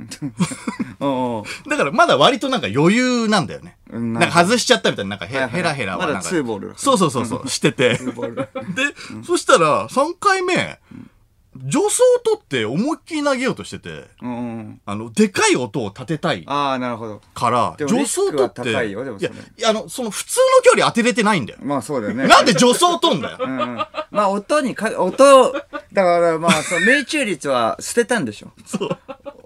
だからまだ割となんか余裕なんだよね。なんか外しちゃったみたいな、なんかヘラヘラはなんか。 まだ2ボール。 そう、してて。で、そしたら3回目、助走取って思いっきり投げようとしてて、でかい音を立てたい。 ああ、なるほど。 から、助走取って。 高いよ、でもそれ。 いや、その普通の距離当てれてないんだよ。 まあそうだよね。 なんで助走取んだよ。 まあ音、だからまあ、命中率は捨てたんでしょ。そう。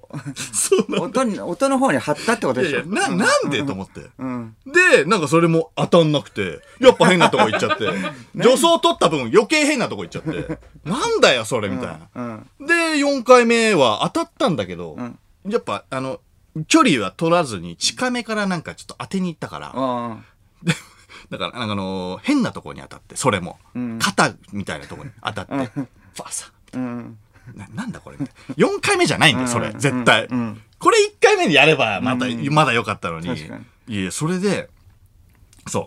音の方に貼ったってことでしょ。 なんでと思って。で、なんかそれも当たんなくて、やっぱ変なとこ行っちゃって、助走取った分余計変なとこ行っちゃって、なんだよそれみたいな。で、4回目は当たったんだけど、やっぱ距離は取らずに近めからなんかちょっと当てに行ったから、だからなんか変なとこに当たって、それも、肩みたいなとこに当たって、ファサ。なんだこれ4回目じゃないんだよ、それ。絶対。これ1回目にやれば、まだ良かったのに。いや、それで、そう。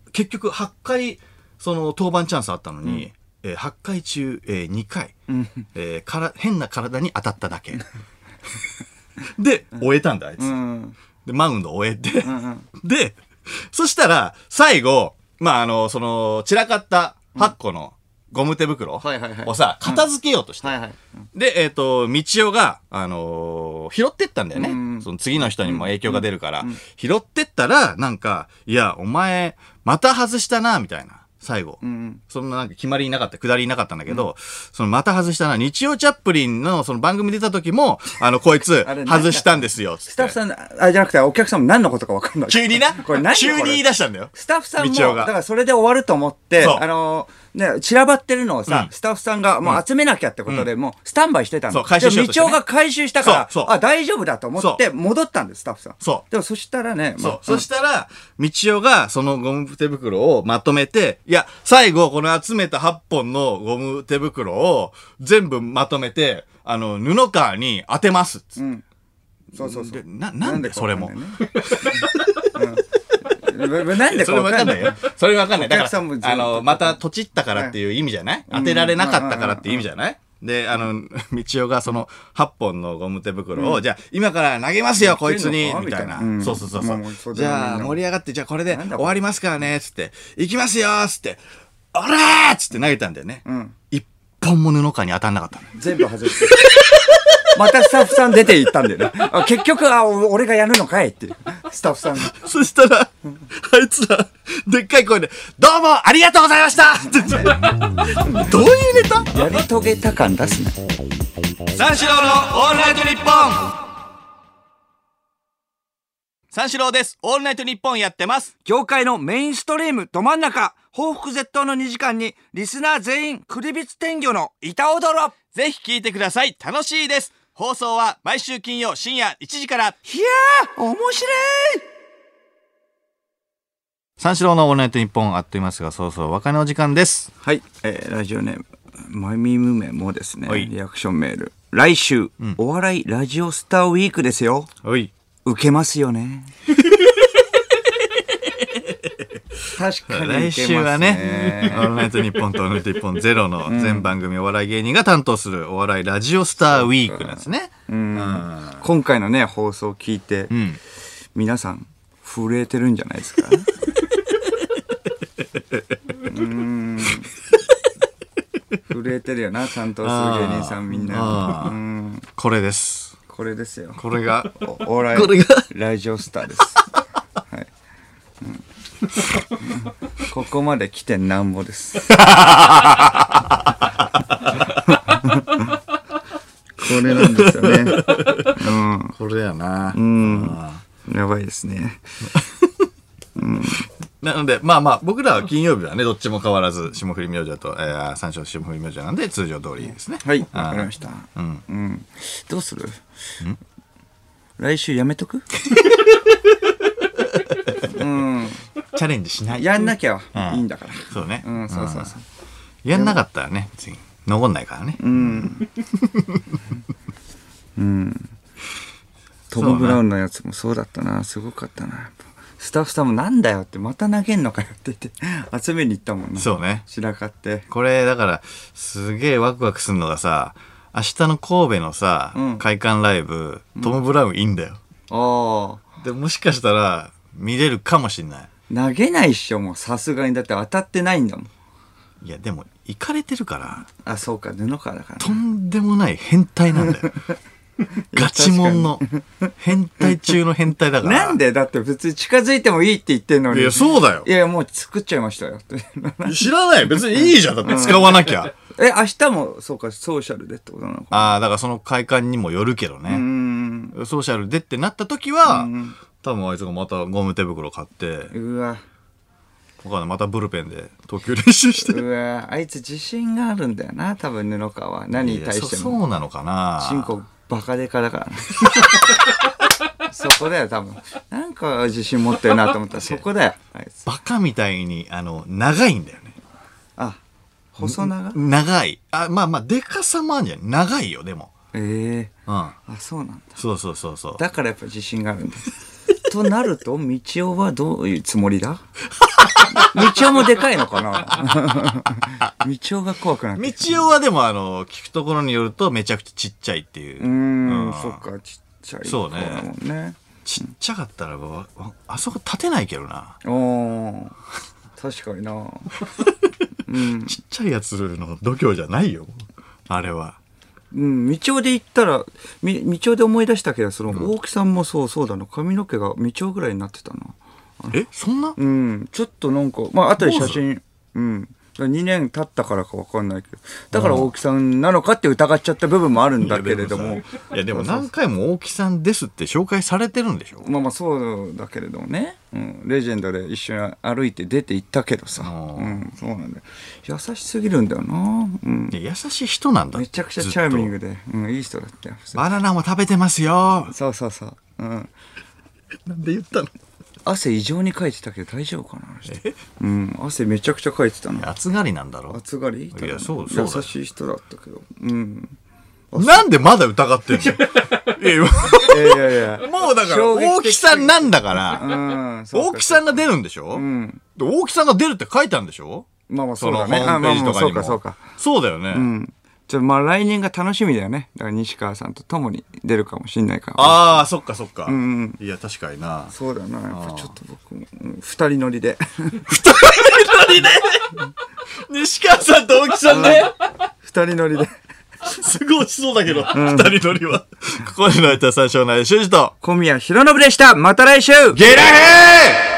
結局8回、登板チャンスあったのに、8回中、2回、変な体に当たっただけ。で、終えたんだ、あいつ。で、マウンド終えて。で、そしたら、最後、まあ、散らかった8個の、ゴム手袋をさ、片付けようとして。で、道夫が、拾ってったんだよね。その次の人にも影響が出るから。拾ってったら、なんか、いや、お前、また外したな、みたいな。最後。そんななんか決まりなかった、下りなかったんだけど、また外したな。日曜チャップリンのその番組出た時も、こいつ、外したんですよ。 スタッフさん、じゃなくてお客さんも何のことか分かんない。 急にな。急に言い出したんだよ。 スタッフさんも、だからそれで終わると思って、ね、散らばってるのをさ、スタッフさんがもう集めなきゃってことで、もうスタンバイしてたの。 回収しようとしてね。 道夫が回収したから、あ、大丈夫だと思って戻ったんです、スタッフさん。でもそしたらね、 そしたら、道夫がそのゴム手袋をまとめて、いや、最後この集めた8本のゴム手袋を全部まとめて、布川に当てますっつって。 そう。 なんでそれも。 なんでそれわかんないよ。それわかんない。だから、またとちったからっていう意味じゃない？当てられなかったからっていう意味じゃない？で、道夫がその8本のゴム手袋を、じゃあ今から投げますよ、こいつにみたいな。そう。じゃあ盛り上がって、じゃあこれで終わりますからね、つって。行きますよつって。おらーつって投げたんだよね。一本も布川に当たんなかったの。 全部外して。またスタッフさん出て行ったんだよね。結局、俺がやるのかいっていう。スタッフさんが。 そしたら、あいつら、でっかい声で、どうもありがとうございましたって言って。どういうネタ？ やり遂げた感出すね。 三四郎のオールナイトニッポン。三四郎です。オールナイトニッポンやってます。 業界のメインストリームど真ん中、報復絶倒の2時間に、リスナー全員、クリビツ天魚の板踊ろ。 ぜひ聞いてください。楽しいです。放送は毎週金曜深夜1時から。いやー、面白い。 三四郎のオールナイトニッポンあっと言いますが、そうそう、別れのお時間です。 はい、ラジオネーム、マミムメもですね、リアクションメール。来週、お笑いラジオスターウィークですよ。受けますよね。 確かに来週はね、オールナイトニッポンとオールナイトニッポンゼロの全番組お笑い芸人が担当するお笑いラジオスターウィークなんですね。 今回のね、放送を聞いて、皆さん、震えてるんじゃないですか。震えてるよな、担当する芸人さんみんな。 これです。 これですよ。 これがお笑いラジオスターです。はい。ここまで来てなんぼです。これなんですよね。 これやな。 やばいですね。 なので、まあまあ、僕らは金曜日はね、どっちも変わらず、霜降り明星と、三四郎霜降り明星なんで、通常通りですね。 はい、わかりました。どうする？来週やめとく？ チャレンジしない。 やんなきゃいいんだから。 そうね。 そうそうそう。 やんなかったらね、次、残んないからね。 トム・ブラウンのやつもそうだったな。すごかったな。スタッフさんもなんだよってまた投げんのかよって言って集めに行ったもんな。 そうね。 散らかって。 これだからすげえワクワクするのがさ、明日の神戸のさ、会館ライブ、トム・ブラウンいいんだよ。でもしかしたら見れるかもしんない。 投げないっしょ、もうさすがに。だって当たってないんだもん。 いやでも行かれてるから。 あ、そうか、布川だから、ね。 とんでもない変態なんだよ。ガチモンの変態中の変態だから。 なんでだって別に近づいてもいいって言ってんのに。 いや、そうだよ。 いや、もう作っちゃいましたよ。 知らない。別にいいじゃん。だって使わなきゃ。 明日もそうか、ソーシャルでってことなのか。 ああ、だからその会館にもよるけどね。ソーシャルでってなった時は、多分あいつがまたゴム手袋買って、 うわ。 またブルペンで投球練習して。 うわ、あいつ自信があるんだよな、多分布川は。何に対しても。 そうなのかな。 チンコバカデカだからね。そこだよ、多分。なんか自信持ってるなと思ったらそこだよ、あいつ。 バカみたいに、長いんだよね。 あ、細長？ 長い。まあまあ、でかさもあるんじゃん。長いよ、でも。 あ、そうなんだ。 そうそうそうそう。 だからやっぱ自信があるんだ。となると、みちおはどういうつもりだ？みちおもでかいのかな。みちおが怖くなって。 みちおはでも聞くところによるとめちゃくちゃちっちゃいっていう。 そっか、ちっちゃい。 そうね。ちっちゃかったらあそこ立てないけどな。 確かにな。 ちっちゃいやつの度胸じゃないよ、あれは。 みちおで言ったら、みちおで思い出したけど、その大木さんもそうだな、髪の毛がみちおぐらいになってたな。 そんな？ ちょっとなんか、まあ後で写真、2年経ったからか分かんないけど、だから大木さんなのかって疑っちゃった部分もあるんだけれども。 いやでも何回も大木さんですって紹介されてるんでしょ。 まあそうだけれどもね、レジェンドで一緒に歩いて出て行ったけどさ、そうなんだよ。優しすぎるんだよな。 優しい人なんだ。 めちゃくちゃチャーミングで、いい人だったよ。 バナナも食べてますよ。 そう。 なんで言ったの？ 汗異常にかいてたけど大丈夫かな。汗めちゃくちゃかいてたの。 暑がりなんだろ。 暑がり？ いや、そう優しい人だったけど。 なんでまだ疑ってんの？いやもうだから大木さんなんだから。大木さんが出るんでしょ？大木さんが出るって書いたんでしょ？ まあそうだね。ホームページとかにも。そうだよね。 まあ来年が楽しみだよね。だから西川さんと共に出るかもしんないから。 ああ、そっか。いや、確かにな。 そうだよな。やっぱちょっと僕も、二人乗りで。 西川さんと大木さんね。 二人乗りで。 すごい落ちそうだけど、二人乗りは。ここでの相手は三章内修二と小宮浩信でした。また来週。 ゲラヘー